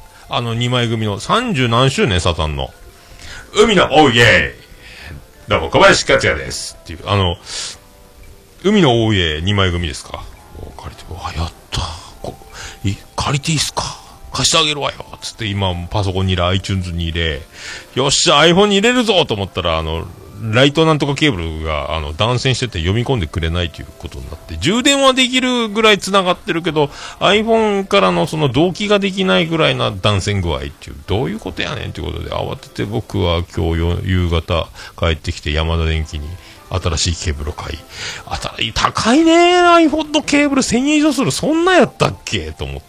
、2枚組の30何周年サザンの海のオーイエー、どうも小林克也ですっていう、海のオーイエー2枚組ですか、借りて、やった借りていいっすか、貸してあげるわよつって、今パソコンに入れ iTunes に入れ、よっしゃ iPhone に入れるぞと思ったら、ライトなんとかケーブルが断線してて読み込んでくれないということになって、充電はできるぐらい繋がってるけど iPhone からのその同期ができないぐらいな断線具合っていう、どういうことやねんということで、慌てて僕は今日夕方帰ってきてヤマダ電機に新しいケーブルを買い、高いね iPhone のケーブル1000円以上する、そんなやったっけと思って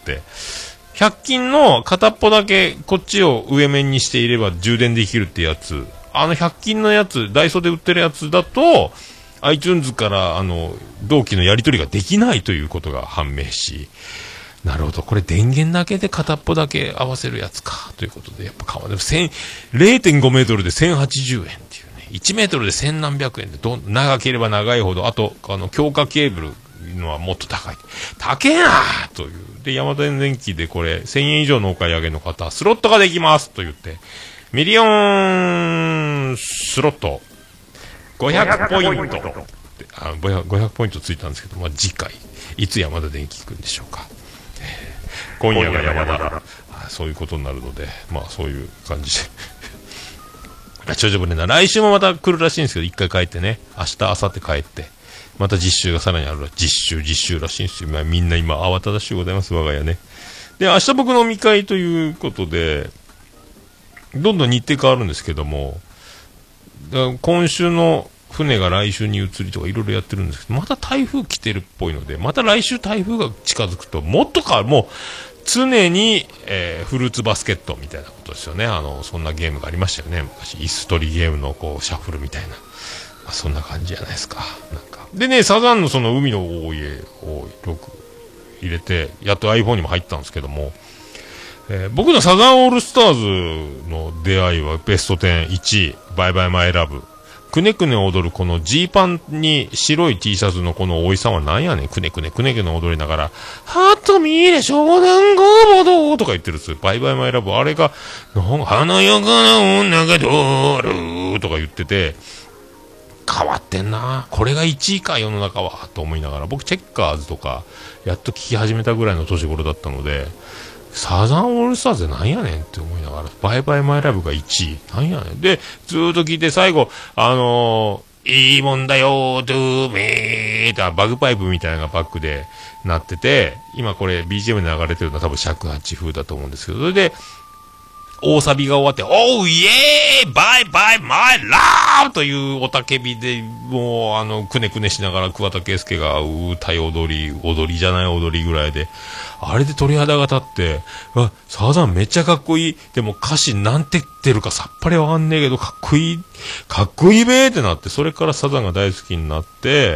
、100均の片っぽだけこっちを上面にしていれば充電できるってやつ、100均のやつ、ダイソーで売ってるやつだと iTunes から同期のやり取りができないということが判明し、なるほど、これ電源だけで片っぽだけ合わせるやつかということで、やっぱでも 0.5 メートルで1080円っていうね、1メートルで1000何百円で、長ければ長いほど、あと強化ケーブルのはもっと高い、高えなというで、ヤマダ電機でこれ1000円以上のお買い上げの方、スロットができますと言って、ミリオンスロット500ポイント500ポイントついたんですけど、次回いつヤマダ電機行くんでしょうか、今夜がヤマダ、そういうことになるので、そういう感じで長女ブレンダー。来週もまた来るらしいんですけど、一回帰ってね、明日、明後日帰って、また実習がさらにある実習らしいんですよ。みんな今慌ただしゅうございます、我が家ね。で、明日僕の飲み会ということで、どんどん日程変わるんですけども、今週の船が来週に移りとかいろいろやってるんですけど、また台風来てるっぽいので、また来週台風が近づくと、もっと変わる。もう、常に、フルーツバスケットみたいなことですよね。そんなゲームがありましたよね。昔、椅子取りゲームのこう、シャッフルみたいな。そんな感じじゃないですか。なんか。でね、サザンのその海の大家を入れて、やっと iPhone にも入ったんですけども、僕のサザンオールスターズの出会いはベスト10、1位、バイバイマイラブ。くねくね踊るこのジーパンに白い T シャツのこのおいさんはなんやねん、くねくね踊りながら、はっと見れ湘南ゴーボドとか言ってるんですよ。バイバイマイラブ。あれが、華やかな女が通るとか言ってて、変わってんな。これが1位か、世の中は。と思いながら、僕チェッカーズとか、やっと聞き始めたぐらいの年頃だったので、サザンオールスターズってなんやねんって思いながら、バイバイマイラブが1位。なんやねん。で、ずーっと聞いて最後、いいもんだよ、ドゥーメーってバグパイプみたいなのがバックでなってて、今これ BGM で流れてるのは多分尺八風だと思うんですけど、それで、大サビが終わって、おうイエーイバイバイマイラブというおたけびで、もうくねくねしながら桑田佳祐が歌い踊りじゃない踊りぐらいで、あれで鳥肌が立って、サザンめっちゃかっこいい。でも歌詞なんて言ってるかさっぱりわかんねえけど、かっこいいべーってなって、それからサザンが大好きになって、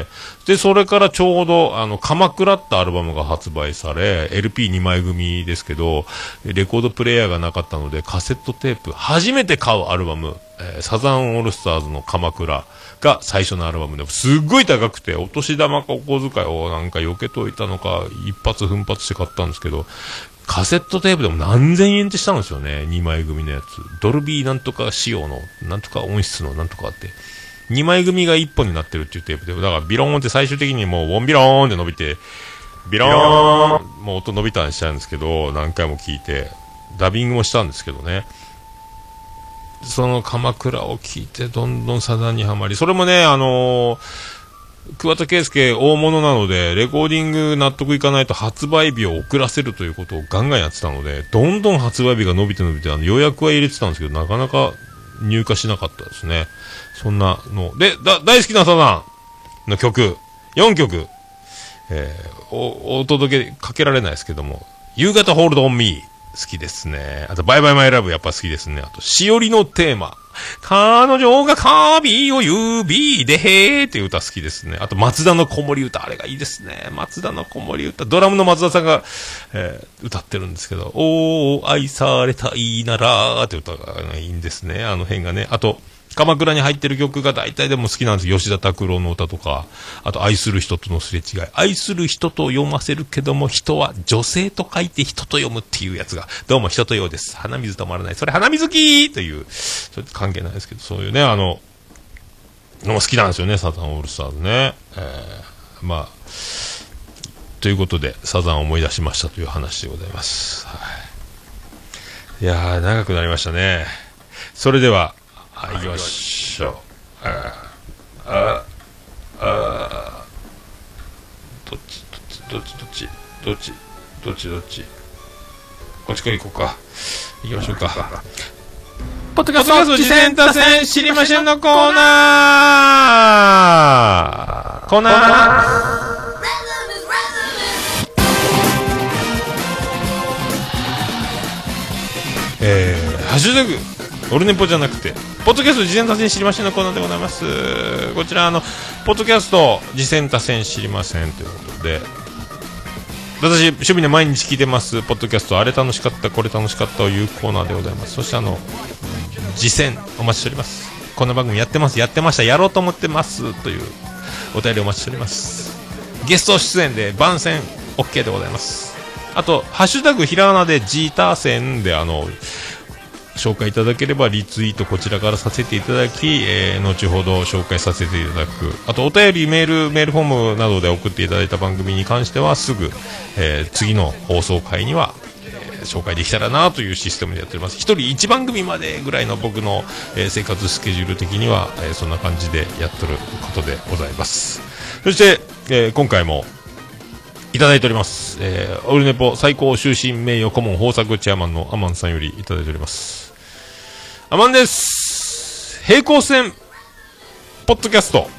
で、それからちょうど、鎌倉ってアルバムが発売され、LP2 枚組ですけど、レコードプレイヤーがなかったので、カセットテープ、初めて買うアルバム、サザンオールスターズの鎌倉が最初のアルバムで、すっごい高くて、お年玉かお小遣いをなんか避けといたのか、一発奮発して買ったんですけど、カセットテープでも何千円ってしたんですよね。2枚組のやつ。ドルビーなんとか仕様の、なんとか音質のなんとかあって。2枚組が1本になってるっていうテープで、だからビローンって最終的にもうウォンビローンって伸びて、ビローンもう音伸びたんしちゃうんですけど、何回も聞いて、ダビングもしたんですけどね。その鎌倉を聞いてどんどんサザンにはまり、それもね、桑田佳祐大物なので、レコーディング納得いかないと発売日を遅らせるということをガンガンやってたので、どんどん発売日が伸びて予約は入れてたんですけど、なかなか入荷しなかったですね。そんなの。で、大好きなサザンの曲、4曲、お届けかけられないですけども、夕方ホールドオンミー好きですね。あと、バイバイマイラブやっぱ好きですね。あと、しおりのテーマ。彼女が髪を指でへーっていう歌好きですね。あと、松田の子守歌。あれがいいですね。松田の子守歌。ドラムの松田さんが、歌ってるんですけど、おー、愛されたいならーって歌がいいんですね。あの辺がね。あと、鎌倉に入ってる曲が大体でも好きなんです。吉田拓郎の歌とか、あと愛する人とのすれ違い。愛する人と読ませるけども、人は女性と書いて人と読むっていうやつが、どうも人とようです。鼻水止まらない。それ鼻水きという、それ関係ないですけど、そういうね、のも好きなんですよね、サザンオールスターズね。まあ、ということで、サザンを思い出しましたという話でございます。はい、いやー、長くなりましたね。それでは、行きましょう。どっちこっちから行こうか。行きましょうか。ポッドキャスト次戦打線知りませんのコーナー。ハッシュタグオルネポじゃなくて、ポッドキャスト事前多戦知りませんのコーナーでございます。こちらポッドキャスト事前多戦知りませんということで、私趣味で毎日聞いてますポッドキャスト、あれ楽しかったこれ楽しかったというコーナーでございます。そして次戦お待ちしております。こんな番組やってます、やってました、やろうと思ってますというお便りお待ちしております。ゲスト出演で番宣 OK でございます。あとハッシュタグひらがなでジーター戦で紹介いただければリツイートこちらからさせていただき、後ほど紹介させていただく。あとお便りメールフォームなどで送っていただいた番組に関してはすぐ、次の放送回には、 紹介できたらなというシステムでやっております。一人1番組までぐらいの僕の、生活スケジュール的には、そんな感じでやっとることでございます。そして、今回もいただいております。オルネポ最高終身名誉顧問豊作チェアマンのアマンさんよりいただいております。アマンです。平行線ポッドキャスト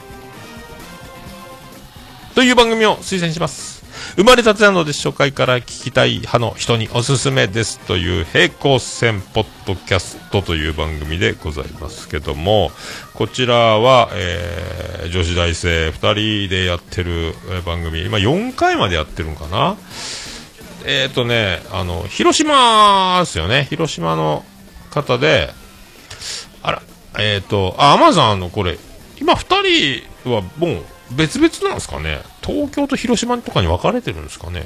という番組を推薦します。生まれたてなので初回から聞きたい派の人におすすめですという平行線ポッドキャストという番組でございますけども、こちらは、女子大生2人でやってる番組、今4回までやってるんかな。広島ですよね。広島の方で、アマゾンこれ今2人はもう別々なんですかね。東京と広島とかに分かれてるんですかね。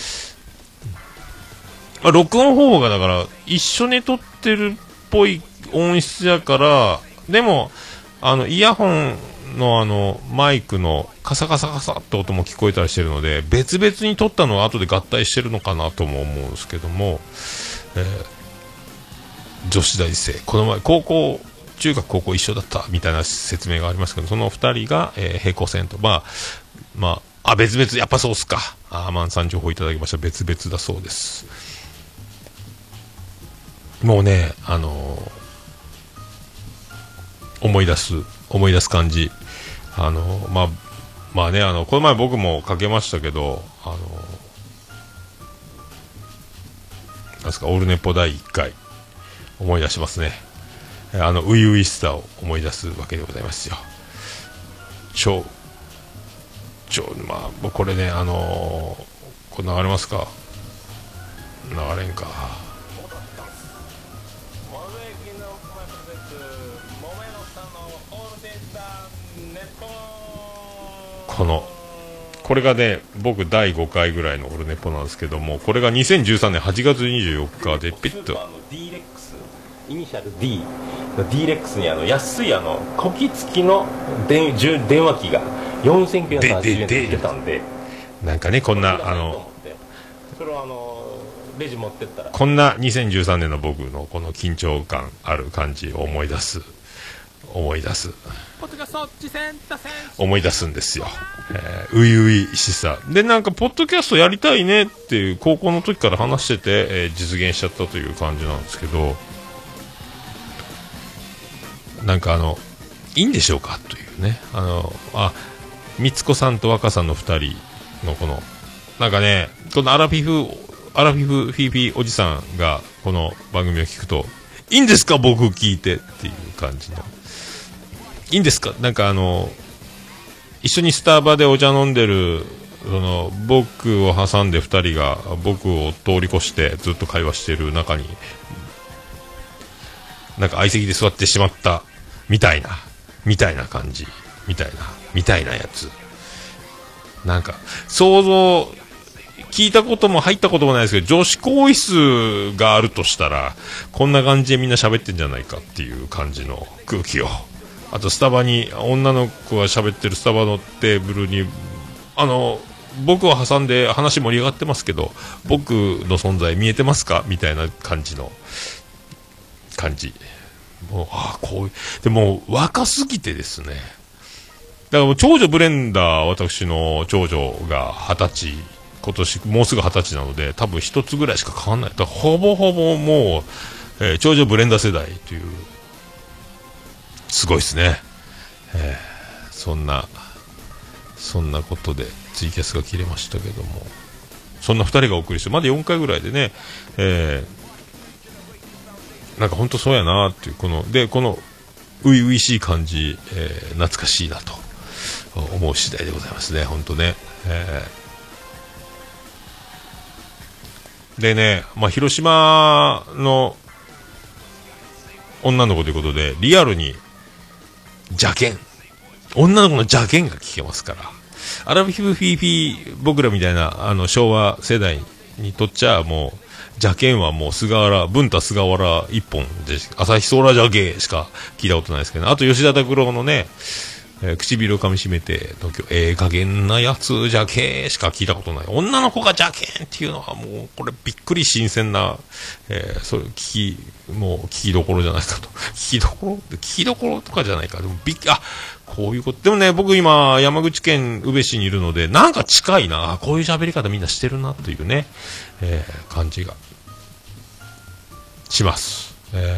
録音方法がだから一緒に撮ってるっぽい音質やから、でもイヤホンのマイクのカサカサカサって音も聞こえたりしてるので、別々に撮ったのは後で合体してるのかなとも思うんですけども、女子大生、この前中学高校一緒だったみたいな説明がありますけど、その2人が、平行線と、別々、やっぱそうっすか。アマンさん情報いただきました。別々だそうです。もうね、思い出す感じ。この前僕もかけましたけど、なんすか、オルネポ第1回思い出しますね。初々しさを思い出すわけでございますよ。これね、これ流れますか？流れんか。これがね、僕第5回ぐらいのオルネポなんですけども、これが2013年8月24日でピッとイニシャル D の D レックスに安いこき付きの電話機が4980円で売ってたんで、 なんかね、こんなそれをレジ持ってったら、 こんな2013年の僕のこの緊張感ある感じを思い出すんですよ。初々しさで、なんかポッドキャストやりたいねっていう高校の時から話してて、実現しちゃったという感じなんですけど、なんかいいんでしょうかというね、みつこさんと若さんの2人のなんかね、このアラフィフフィーフィーおじさんがこの番組を聞くと、いいんですか僕聞いてっていう感じの、いいんですか、なんか一緒にスタバでお茶飲んでる僕を挟んで2人が僕を通り越してずっと会話している中に、なんか相席で座ってしまったみたいな感じみたいなやつ、なんか想像聞いたことも入ったこともないですけど、女子更衣室があるとしたらこんな感じでみんな喋ってんじゃないかっていう感じの空気を、あとスタバに女の子が喋ってるスタバのテーブルに僕を挟んで話盛り上がってますけど、僕の存在見えてますかみたいな感じもうこういうでも若すぎてですね、だからもう長女ブレンダー、私の長女が20歳、今年もうすぐ20歳なので、多分一つぐらいしか変わんない。だからほぼほぼもう、長女ブレンダー世代という、すごいですね。そんなことでツイキャスが切れましたけども、そんな2人がお送りしてまだ4回ぐらいでね、なんか本当そうやなっていう、この初々しい感じ、懐かしいなと思う次第でございますね、本当ね。でね、広島の女の子ということで、リアルに邪剣、女の子の邪剣が聞けますから、アラフィフフィーフィー僕らみたいな昭和世代にとっちゃもう邪剣はもう文太菅原一本で、朝日ソーラー邪剣しか聞いたことないですけど、あと吉田拓郎のね、 唇を噛み締めて東京加減なやつじゃけーしか聞いたことない。女の子がじゃけんっていうのはもうこれびっくり新鮮な、そういう聞きどころじゃないかと。聞きどころとかじゃないか。でもこういうこと。でもね、僕今山口県宇部市にいるので、なんか近いな、こういう喋り方みんなしてるなというね、感じがします。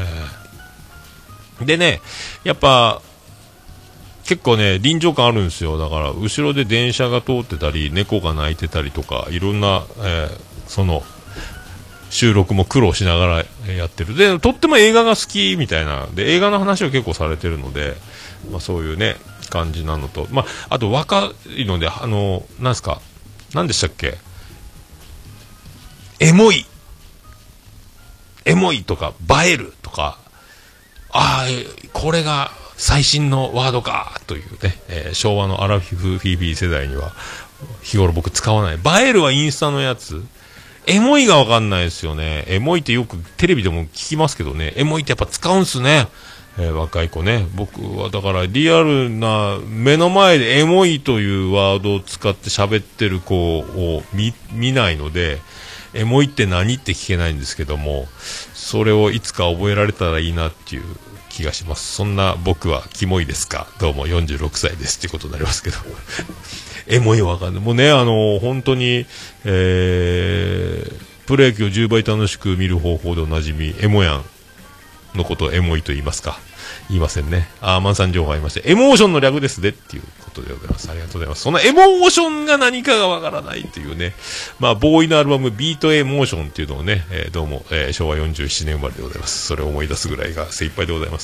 でね、やっぱ結構ね臨場感あるんですよ。だから後ろで電車が通ってたり猫が鳴いてたりとかいろんな、その収録も苦労しながらやってる。でとっても映画が好きみたいなで映画の話を結構されてるので、そういうね感じなのと、あと若いのでなんですか、何でしたっけ、エモいとか映えるとか、これが最新のワードかというね、昭和のアラフィフ世代には日頃僕使わない。映えるはインスタのやつ、エモいが分かんないですよね。エモいってよくテレビでも聞きますけどね、エモいってやっぱ使うんすね、若い子ね。僕はだからリアルな目の前でエモいというワードを使って喋ってる子を見ないので、エモいって何って聞けないんですけども、それをいつか覚えられたらいいなっていう気がします。そんな僕はキモいですか、どうも46歳ですっていうことになりますけどエモいわかんない。もうね本当に、プロ野球を10倍楽しく見る方法でおなじみエモヤンのことをエモいと言いますか、言いませんね。マンさん情報ありまして、エモーションの略ですねっていうことでございます。ありがとうございます。そのエモーションが何かがわからないというね、ボーイのアルバムビートエモーションっていうのをね、どうも、昭和47年生まれでございます。それを思い出すぐらいが精一杯でございます。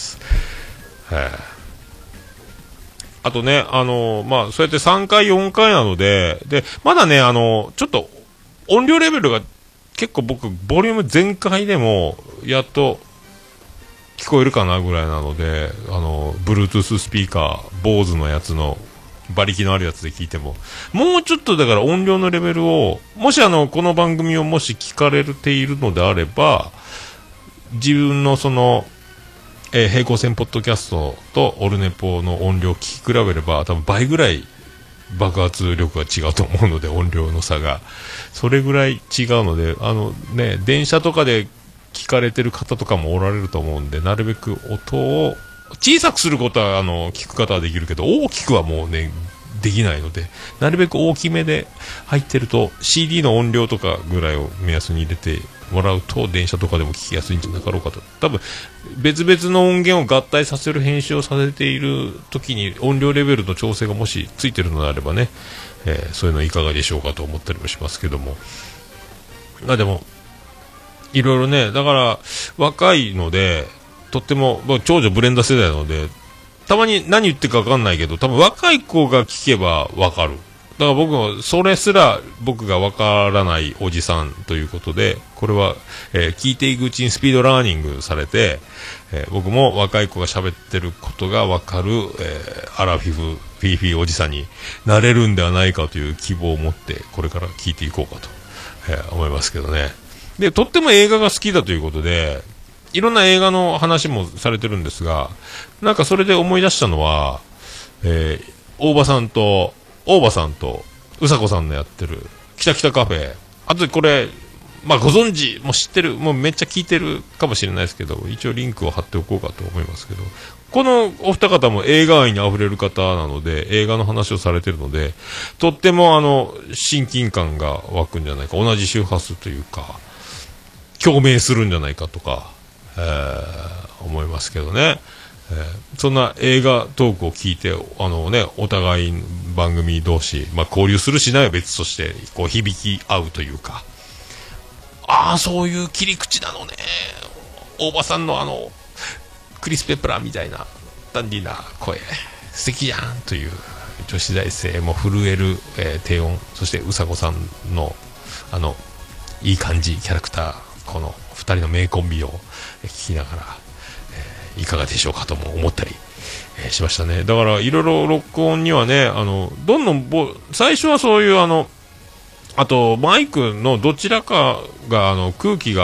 あとね、そうやって3回4回なので、まだね、ちょっと音量レベルが結構僕ボリューム全開でもやっと聞こえるかなぐらいなので、Bluetooth スピーカー、BOSE のやつの馬力のあるやつで聞いても、もうちょっとだから音量のレベルを、もしこの番組をもし聞かれているのであれば、自分のその、平行線ポッドキャストとオルネポの音量を聞き比べれば、多分倍ぐらい爆発力が違うと思うので、音量の差が。それぐらい違うので、電車とかで聞かれてる方とかもおられると思うんで、なるべく音を小さくすることは聞く方はできるけど、大きくはもうねできないので、なるべく大きめで入ってると CD の音量とかぐらいを目安に入れてもらうと電車とかでも聞きやすいんじゃなかろうかと。多分別々の音源を合体させる編集をさせている時に音量レベルの調整がもしついてるのであればね、そういうのいかがでしょうかと思ったりもしますけども、でもいろいろね、だから若いので、とっても長女ブレンダー世代なので、たまに何言ってるか分かんないけど、多分若い子が聞けば分かる。だから僕もそれすら僕が分からないおじさんということで、これは、聞いていくうちにスピードラーニングされて、僕も若い子が喋ってることが分かる、アラフィフフィーフィーおじさんになれるんではないかという希望を持ってこれから聞いていこうかと、思いますけどね。でとっても映画が好きだということで、いろんな映画の話もされてるんですが、なんかそれで思い出したのは、大場さんとうさこさんのやってるきたきたカフェ、あとこれご存知もう知ってる、もうめっちゃ聞いてるかもしれないですけど、一応リンクを貼っておこうかと思いますけど、このお二方も映画愛にあふれる方なので、映画の話をされてるので、とっても親近感が湧くんじゃないか、同じ周波数というか共鳴するんじゃないかとか、思いますけどね。そんな映画トークを聞いて、お互い番組同士、交流するしないは別としてこう響き合うというか、そういう切り口なのね、大場さんのクリス・ペプラーみたいなダンディーな声素敵じゃんという女子大生も震える、低音、そしてうさこさんのいい感じキャラクター、この2人の名コンビを聞きながら、いかがでしょうかとも思ったり、しましたね。だからいろいろ録音にはね、どんどん最初はそういうあとマイクのどちらかが空気が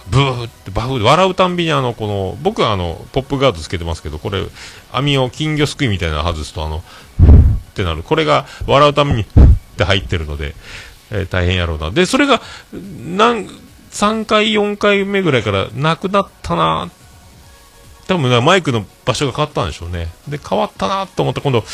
ブーってバフで笑うたんびに僕はポップガードつけてますけど、これ網を金魚すくいみたいなの外すとってなる、これが笑うためにって入ってるので、大変やろうな。でそれが3回4回目ぐらいからなくなったな、多分マイクの場所が変わったんでしょうね。で変わったなと思って今度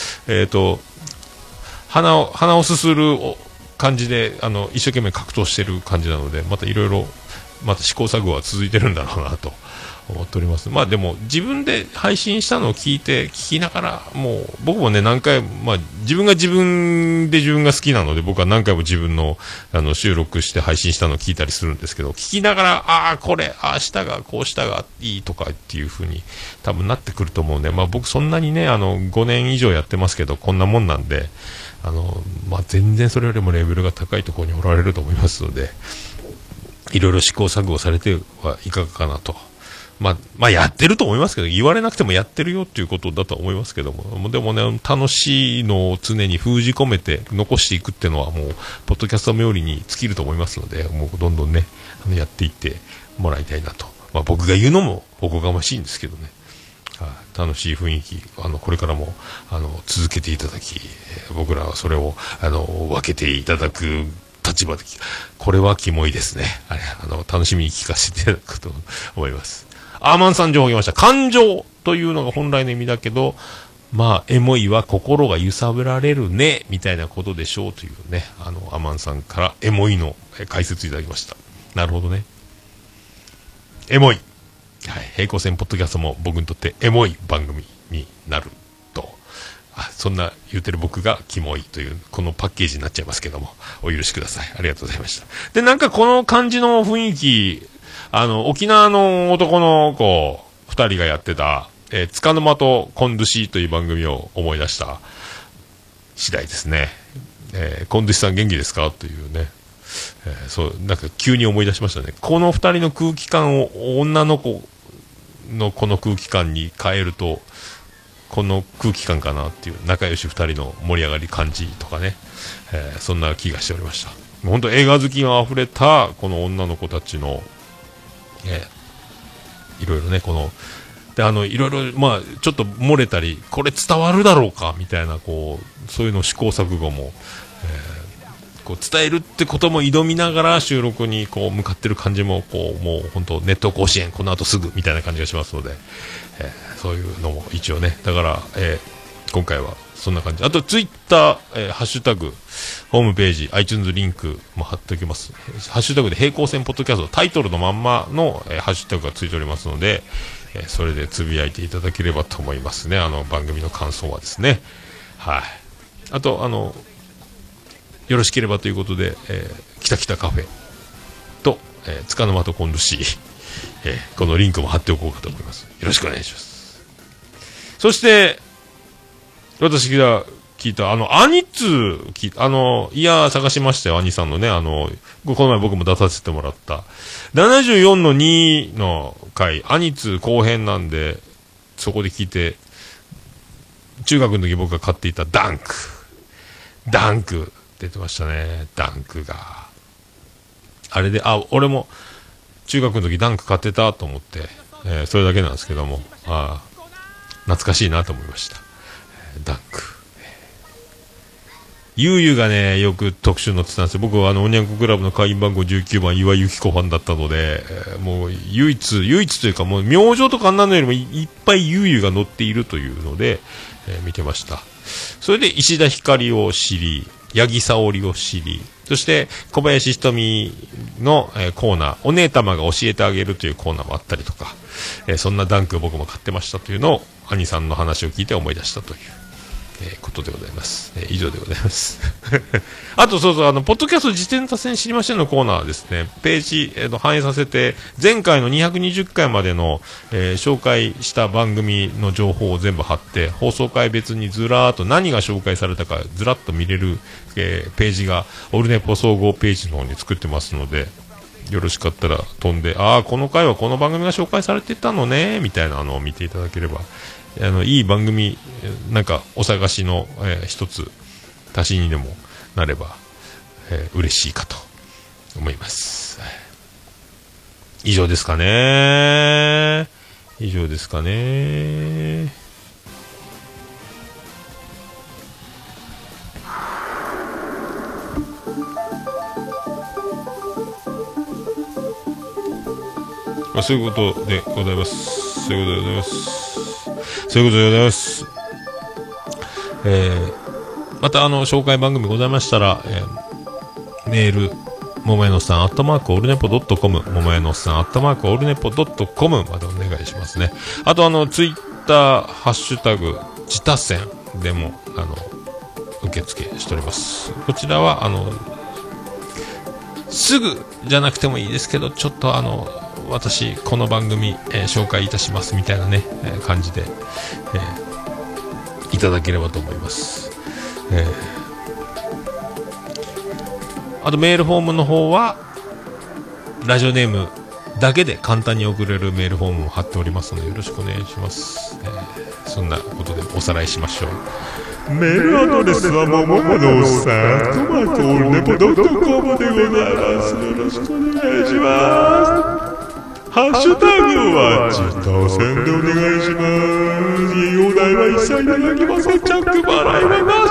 鼻をすする感じで一生懸命格闘してる感じなので、またいろいろまた試行錯誤は続いてるんだろうなと思っております。まあでも自分で配信したのを聞きながら、もう僕もね何回、自分が自分が好きなので、僕は何回も自分の収録して配信したのを聞いたりするんですけど、聞きながらこれしたがこうしたがいいとかっていう風に多分なってくると思うんで、僕そんなにね5年以上やってますけどこんなもんなんで、全然それよりもレベルが高いところにおられると思いますので、いろいろ試行錯誤されてはいかがかなと。やってると思いますけど、言われなくてもやってるよっていうことだと思いますけども、でもね、楽しいのを常に封じ込めて残していくっていうのはもうポッドキャスト冥利に尽きると思いますので、もうどんどんねやっていってもらいたいなと。僕が言うのもおこがましいんですけどね、楽しい雰囲気これからも続けていただき、僕らはそれを分けていただく立場で、これはキモいですね。楽しみに聞かせていただくと思います。アーマンさん情報来ました。感情というのが本来の意味だけど、エモいは心が揺さぶられるねみたいなことでしょうというね、アーマンさんからエモいの解説いただきました。なるほどね、エモい、平行線ポッドキャストも僕にとってエモい番組になると、そんな言うてる僕がキモいというこのパッケージになっちゃいますけども、お許しください。ありがとうございました。でなんかこの感じの雰囲気、沖縄の男の子2人がやってた、つかの間とコンドゥシという番組を思い出した次第ですね。コンドゥシさん元気ですかというね、なんか急に思い出しましたね。この2人の空気感を女の子のこの空気感に変えるとこの空気感かなっていう、仲良し2人の盛り上がり感じとかね、そんな気がしておりました。本当映画好きがあふれたこの女の子たちのいろいろね、でいろいろちょっと漏れたり、これ伝わるだろうかみたいなそういうの試行錯誤も、伝えるってことも挑みながら収録に向かってる感じももう本当ネット甲子園この後すぐみたいな感じがしますので、そういうのも一応ね、だから、今回はそんな感じ。あとツイッター、ハッシュタグ、ホームページ、iTunes リンクも貼っておきます。ハッシュタグで平行線ポッドキャスト、タイトルのまんまの、ハッシュタグがついておりますので、それでつぶやいていただければと思いますね。番組の感想はですね。あとよろしければということで、きたきたカフェと、つかの間とコンドゥシこのリンクも貼っておこうかと思います。よろしくお願いします。そして私が聞いたアニツイヤー探しましたよ。アニさんのね、この前僕も出させてもらった74の2の回、アニツ後編なんで、そこで聞いて、中学の時僕が買っていたダンク出てましたね。ダンクがあれで、俺も中学の時ダンク買ってたと思って、それだけなんですけども、懐かしいなと思いました。ダンク、ゆうゆがねよく特集載ってたんですよ。僕はおにゃんこクラブの会員番号19番岩井由紀子ファンだったので、もう唯一というか、もう明星とかあんなのよりもいっぱいゆうゆが載っているというので、見てました。それで石田ひかりを知り、八木沙織を知り、そして小林ひとみの、コーナー、お姉様が教えてあげるというコーナーもあったりとか、そんなダンクを僕も買ってましたというのを兄さんの話を聞いて思い出したという、ことでございます。以上でございます。あとポッドキャスト自転車線知りませんのコーナーですね、ページ、反映させて、前回の220回までの、紹介した番組の情報を全部貼って、放送回別にずらーっと何が紹介されたかずらっと見れる、ページがオルネポ総合ページの方に作ってますので、よろしかったら飛んで、この回はこの番組が紹介されてたのねみたいなのを見ていただければ、いい番組なんかお探しの、一つ足しにでもなれば、嬉しいかと思います。 以上ですかね。以上ですかね。そういうことでございます。そういうことでございます。そういうことでございます。また紹介番組ございましたら、メール、ももやのさんアットマークオルネポドットコム、ももやのさんアットマークオルネポドットコムまでお願いしますね。あとツイッターハッシュタグ自他戦でも受付しております。こちらはすぐじゃなくてもいいですけど、ちょっと私この番組、紹介いたしますみたいなね、感じで、いただければと思います。あとメールフォームの方はラジオネームだけで簡単に送れるメールフォームを貼っておりますのでよろしくお願いします。そんなことでおさらいしましょう。メールアドレスはもものおっさんトマトオルネポドットコムでございます。よろしくお願いします。ハッシュタグは自他戦でお願いします。いいお題は一切いただきません。チャック払いはなしでお願いします。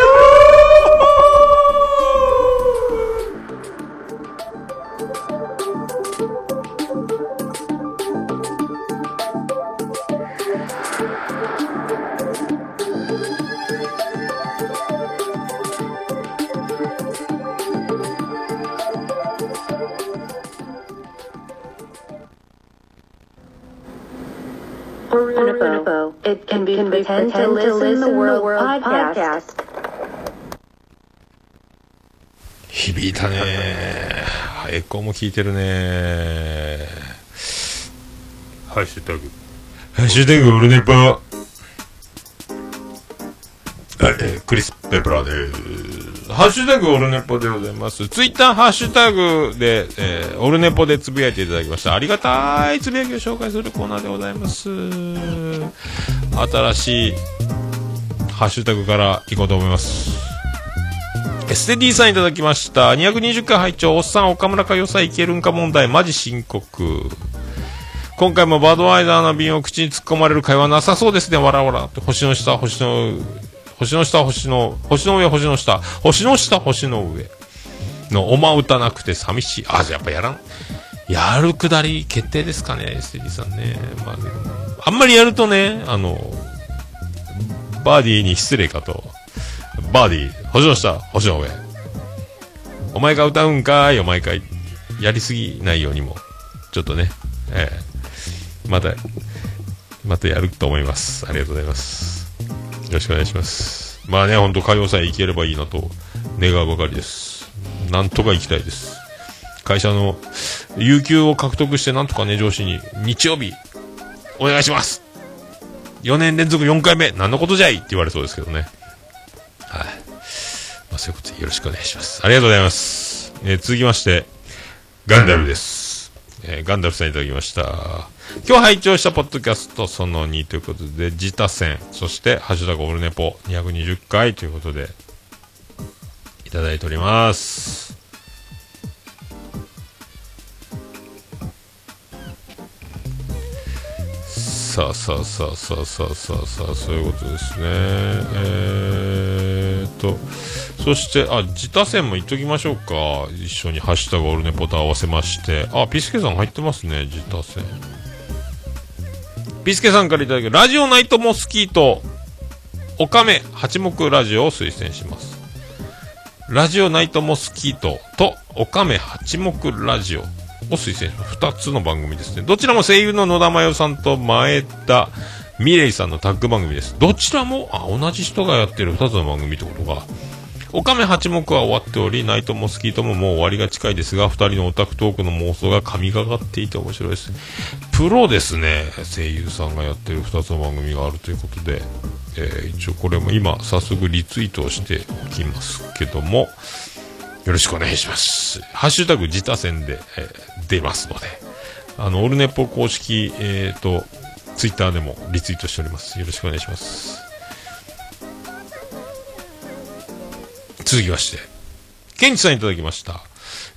It can be pretend to listen the world podcast. 響いたね。エコーも効いてるね。ハッシュタグオルネポ。クリス・ペプラーです。ハッシュタグオルネポでございます。ツイッターハッシュタグで、オルネポでつぶやいていただきました。ありがたいつぶやきを紹介するコーナーでございます。新しいハッシュタグからいこうと思います。ステディさんいただきました。220回拝聴。おっさん岡村かよさいけるんか問題マジ深刻。今回もバドワイザーの瓶を口に突っ込まれる会話なさそうですね。わらわらって星の下星の下星の上星の下星の下星の上のおま歌なくて寂しい。あ、じゃあやっぱやるくだり決定ですかね、ステディさんね。まあ、あんまりやるとね、バーディーに失礼かと。バーディー、星の下、星の上。お前が歌うんかい、お前かい。やりすぎないようにも、ちょっとね、またやると思います。ありがとうございます。よろしくお願いします。まあね、ほんと歌謡祭行ければいいなと願うばかりです。なんとか行きたいです。会社の有給を獲得してなんとかね、上司に日曜日お願いします。4年連続4回目何のことじゃいって言われそうですけどね。はい。まあそういうことでよろしくお願いします。ありがとうございます。続きましてガンダルです。ガンダルさんいただきました。今日拝聴したポッドキャストその2ということで自他戦、そしてハッシュタグオルネポ220回ということでいただいております。さあそういうことですね。そして自他戦も言っときましょうか。一緒にハッシュタグオルネポと合わせまして、ピスケさん入ってますね。自他戦ピスケさんからいただきラジオナイトモスキートオカメ八目ラジオを推薦します。ラジオナイトモスキートとオカメ八目ラジオを推薦します。2つの番組ですね。どちらも声優の野田真代さんと前田美玲さんのタッグ番組です。どちらも同じ人がやってる2つの番組ってことが。オカメ八目は終わっており、ナイトモスキートももう終わりが近いですが、2人のオタクトークの妄想が神がかっていて面白いです。プロですね。声優さんがやってる2つの番組があるということで、一応これも今早速リツイートをしておきますけども、よろしくお願いします。ハッシュタグ自他戦で、出ますので、オルネポ公式ツイッターでもリツイートしております。よろしくお願いします。続きましてケンチさんいただきました。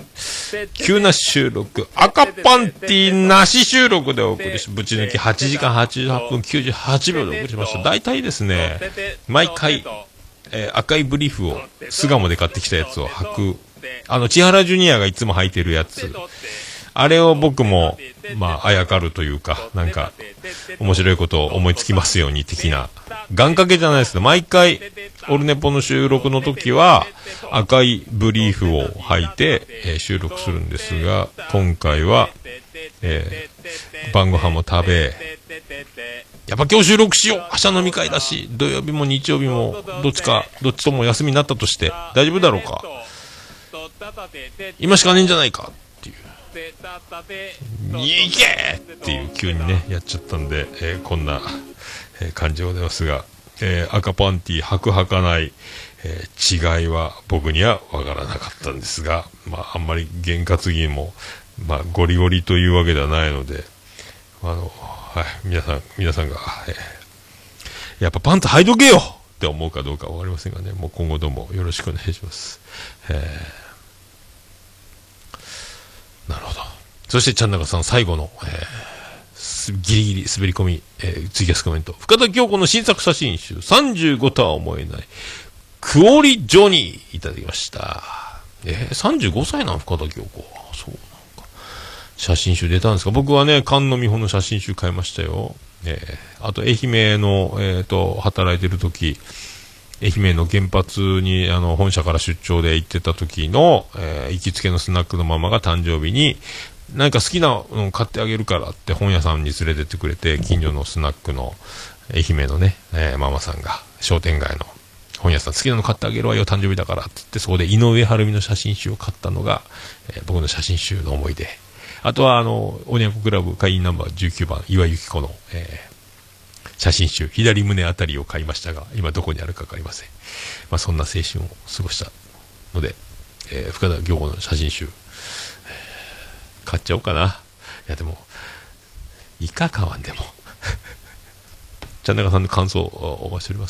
急な収録、赤パンティなし収録でお送りし、ぶち抜き8時間88分98秒でお送りしました。大体ですね、毎回、赤いブリーフを巣鴨で買ってきたやつを履く、千原ジュニアがいつも履いてるやつ、あれを僕もあやかるというか、なんか面白いことを思いつきますように的な願掛けじゃないですね。毎回オルネポの収録の時は赤いブリーフを履いて、収録するんですが、今回は、晩ご飯も食べ、やっぱ今日収録しよう、明日飲み会だし、土曜日も日曜日もどっちとも休みになったとして大丈夫だろうか、今しかねえんじゃないかっていう、いけっていう急にねやっちゃったんで、こんな、感じでございますが、赤パンティ履く履かない、違いは僕には分からなかったんですが、あんまり験担ぎも、ゴリゴリというわけではないので、はい、皆さんが、やっぱパンツ履いとけよって思うかどうか分かりませんがね、もう今後どうもよろしくお願いします。なるほど。そしてちゃんなかさん最後の、ギリギリ滑り込み、ツイキャスコメント、深田恭子の新作写真集35とは思えないクオリジョニーいただきました。35歳なの深田恭子。そうなんか写真集出たんですか。僕はね、菅野美穂の写真集買いましたよ。あと愛媛の、働いてる時、愛媛の原発に本社から出張で行ってた時の、行きつけのスナックのママが誕生日になんか好きなの買ってあげるからって本屋さんに連れてってくれて、近所のスナックの愛媛のね、ママさんが商店街の本屋さん好きなの買ってあげるわよ誕生日だからって言って、そこで井上晴美の写真集を買ったのが、僕の写真集の思い出。あとはおにゃんこクラブ会員ナンバー19番岩由紀子の、写真集左胸あたりを買いましたが、今どこにあるか分かりません。そんな青春を過ごしたので、深田恭子の写真集、買っちゃおうかな。いやでもいいか、買わんでもちゃんなかさんの感想をお待ちしております。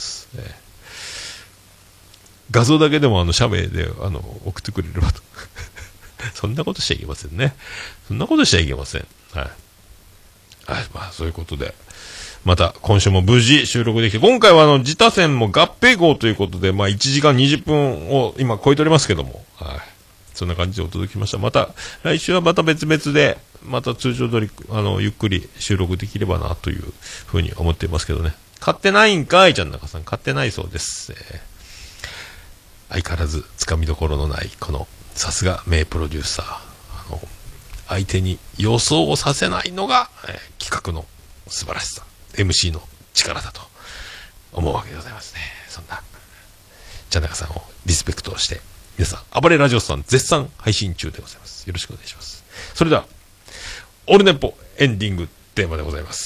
画像だけでも写メで送ってくれればとそんなことしちゃいけませんね。そんなことしちゃいけません。はい、そういうことで、また今週も無事収録できて、今回は自他戦も合併号ということで、1時間20分を今超えておりますけども、はい、そんな感じでお届けしました。また来週はまた別々で、また通常通りゆっくり収録できればなというふうに思っていますけどね。買ってないんかい、ちゃんなかさん。買ってないそうです。相変わらずつかみどころのないこのさすが名プロデューサー、相手に予想をさせないのが、企画の素晴らしさ、 MC の力だと思うわけでございますね。そんなちゃんなかさんをリスペクトして、皆さん暴れラジオさん絶賛配信中でございます。よろしくお願いします。それではオルネポエンディングテーマでございます。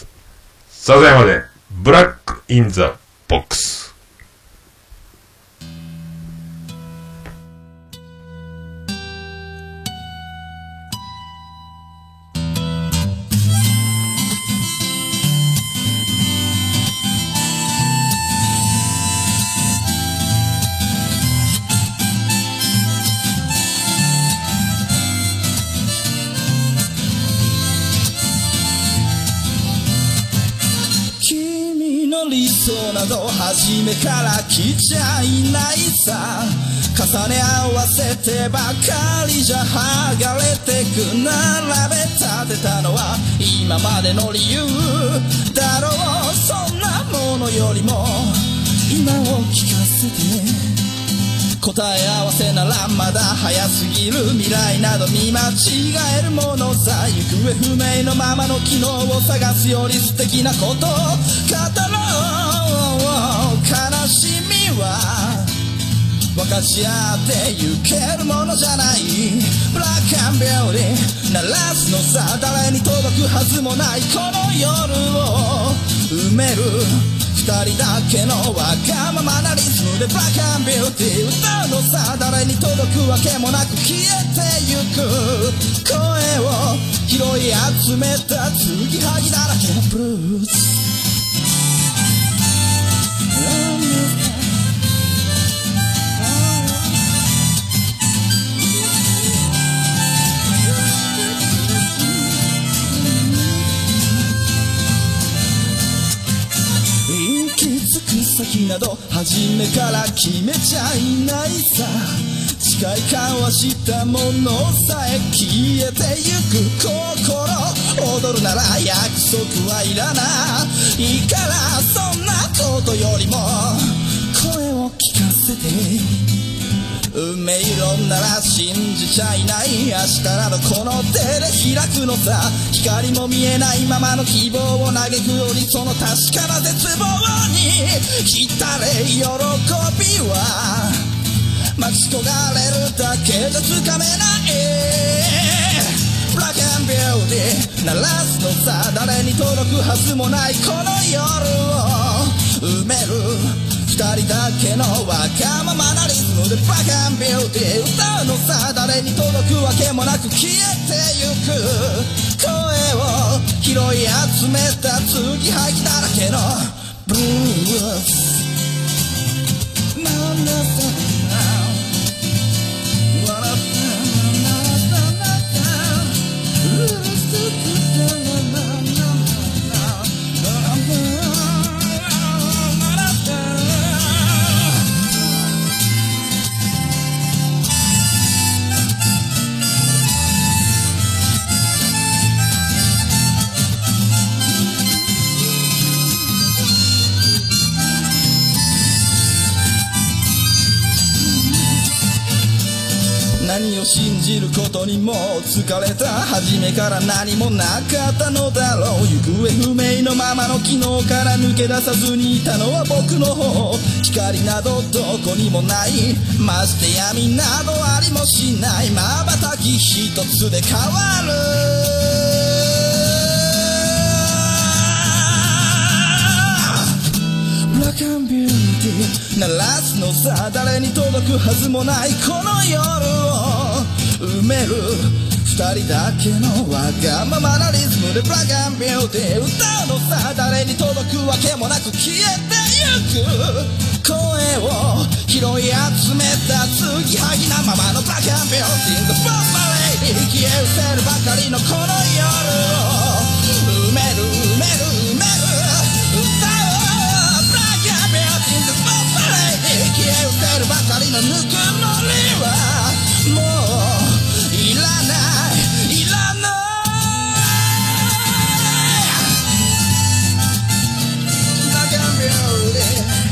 さだやまでブラックインザボックス。 理想など初めから来ちゃいないさ、重ね合わせてばかりじゃ剥がれてく、並べ立てたのは今までの理由だろう。そんなものよりも今を聞かせて、答え合わせならまだ早すぎる、未来など見間違えるものさ、行方不明のままの昨日を探すより素敵なことを語ろう。悲しみは分かち合ってゆけるものじゃない、ブラックアンビューティー鳴らすのさ、誰に届くはずもないこの夜を埋める二人だけのわがままなリズムでブラックアンビューティー歌うのさ、誰に届くわけもなく消えてゆく声を拾い集めた継ぎはぎだらけのブルース。 など初めから決めちゃいないさ。誓い交わしたものさえ消えてゆく心、踊るなら約束はいらないから、そんなことよりも声を聞かせて。運命論なら信じちゃいない。明日などこの手で開くのさ。光も見えないままの希望を嘆くより、その確かな絶望に浸れ喜びは待ち焦がれるだけじゃつかめない。ブラック&ビューティー鳴らすのさ。誰に届くはずもないこの夜を埋める二人だけのわがままなリズムでブラック&ビューティー歌うのさ。誰に届くわけもなく消えてゆく声を拾い集めた継ぎはぎだらけのブルース。なんださ何を信じることにも疲れた。初めから何もなかったのだろう。行方不明のままの昨日から抜け出さずにいたのは僕の方。光などどこにもない、まして闇などありもしない。瞬き一つで変わるブラック&ビューティー鳴らすのさ。誰に届くはずもないこの夜を埋める二人だけのわがままなリズムでブラック&ビューティー歌うのさ。誰に届くわけもなく消えてゆく声を拾い集めた継ぎはぎなままのブラック&ビューティーのボンバレイに消え失せるばかりのこの夜を埋める埋める埋める歌うブラック&ビューティーのボンバレイに消え失せるばかりのぬくもりはもういらないいらないブラック&ビューティー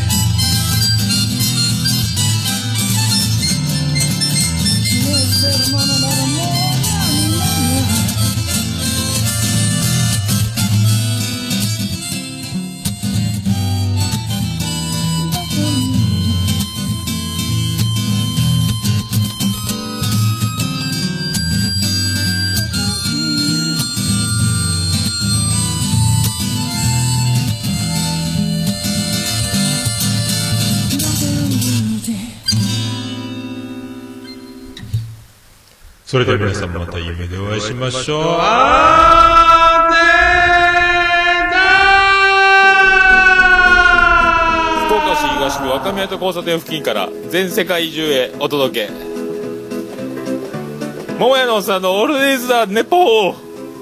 それでは皆さんまた夢でお会いしましょう。 福岡市東区若宮と交差点付近から全世界中へお届け。桃屋のおっさんのオールデイズ・ザ・ネポー。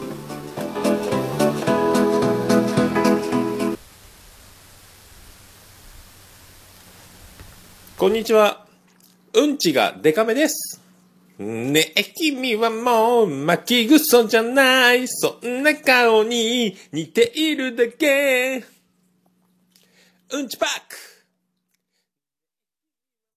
こんにちは。うんちがデカめです。ねえ君はもう巻きぐそじゃない。そんな顔に似ているだけ。うんちパック。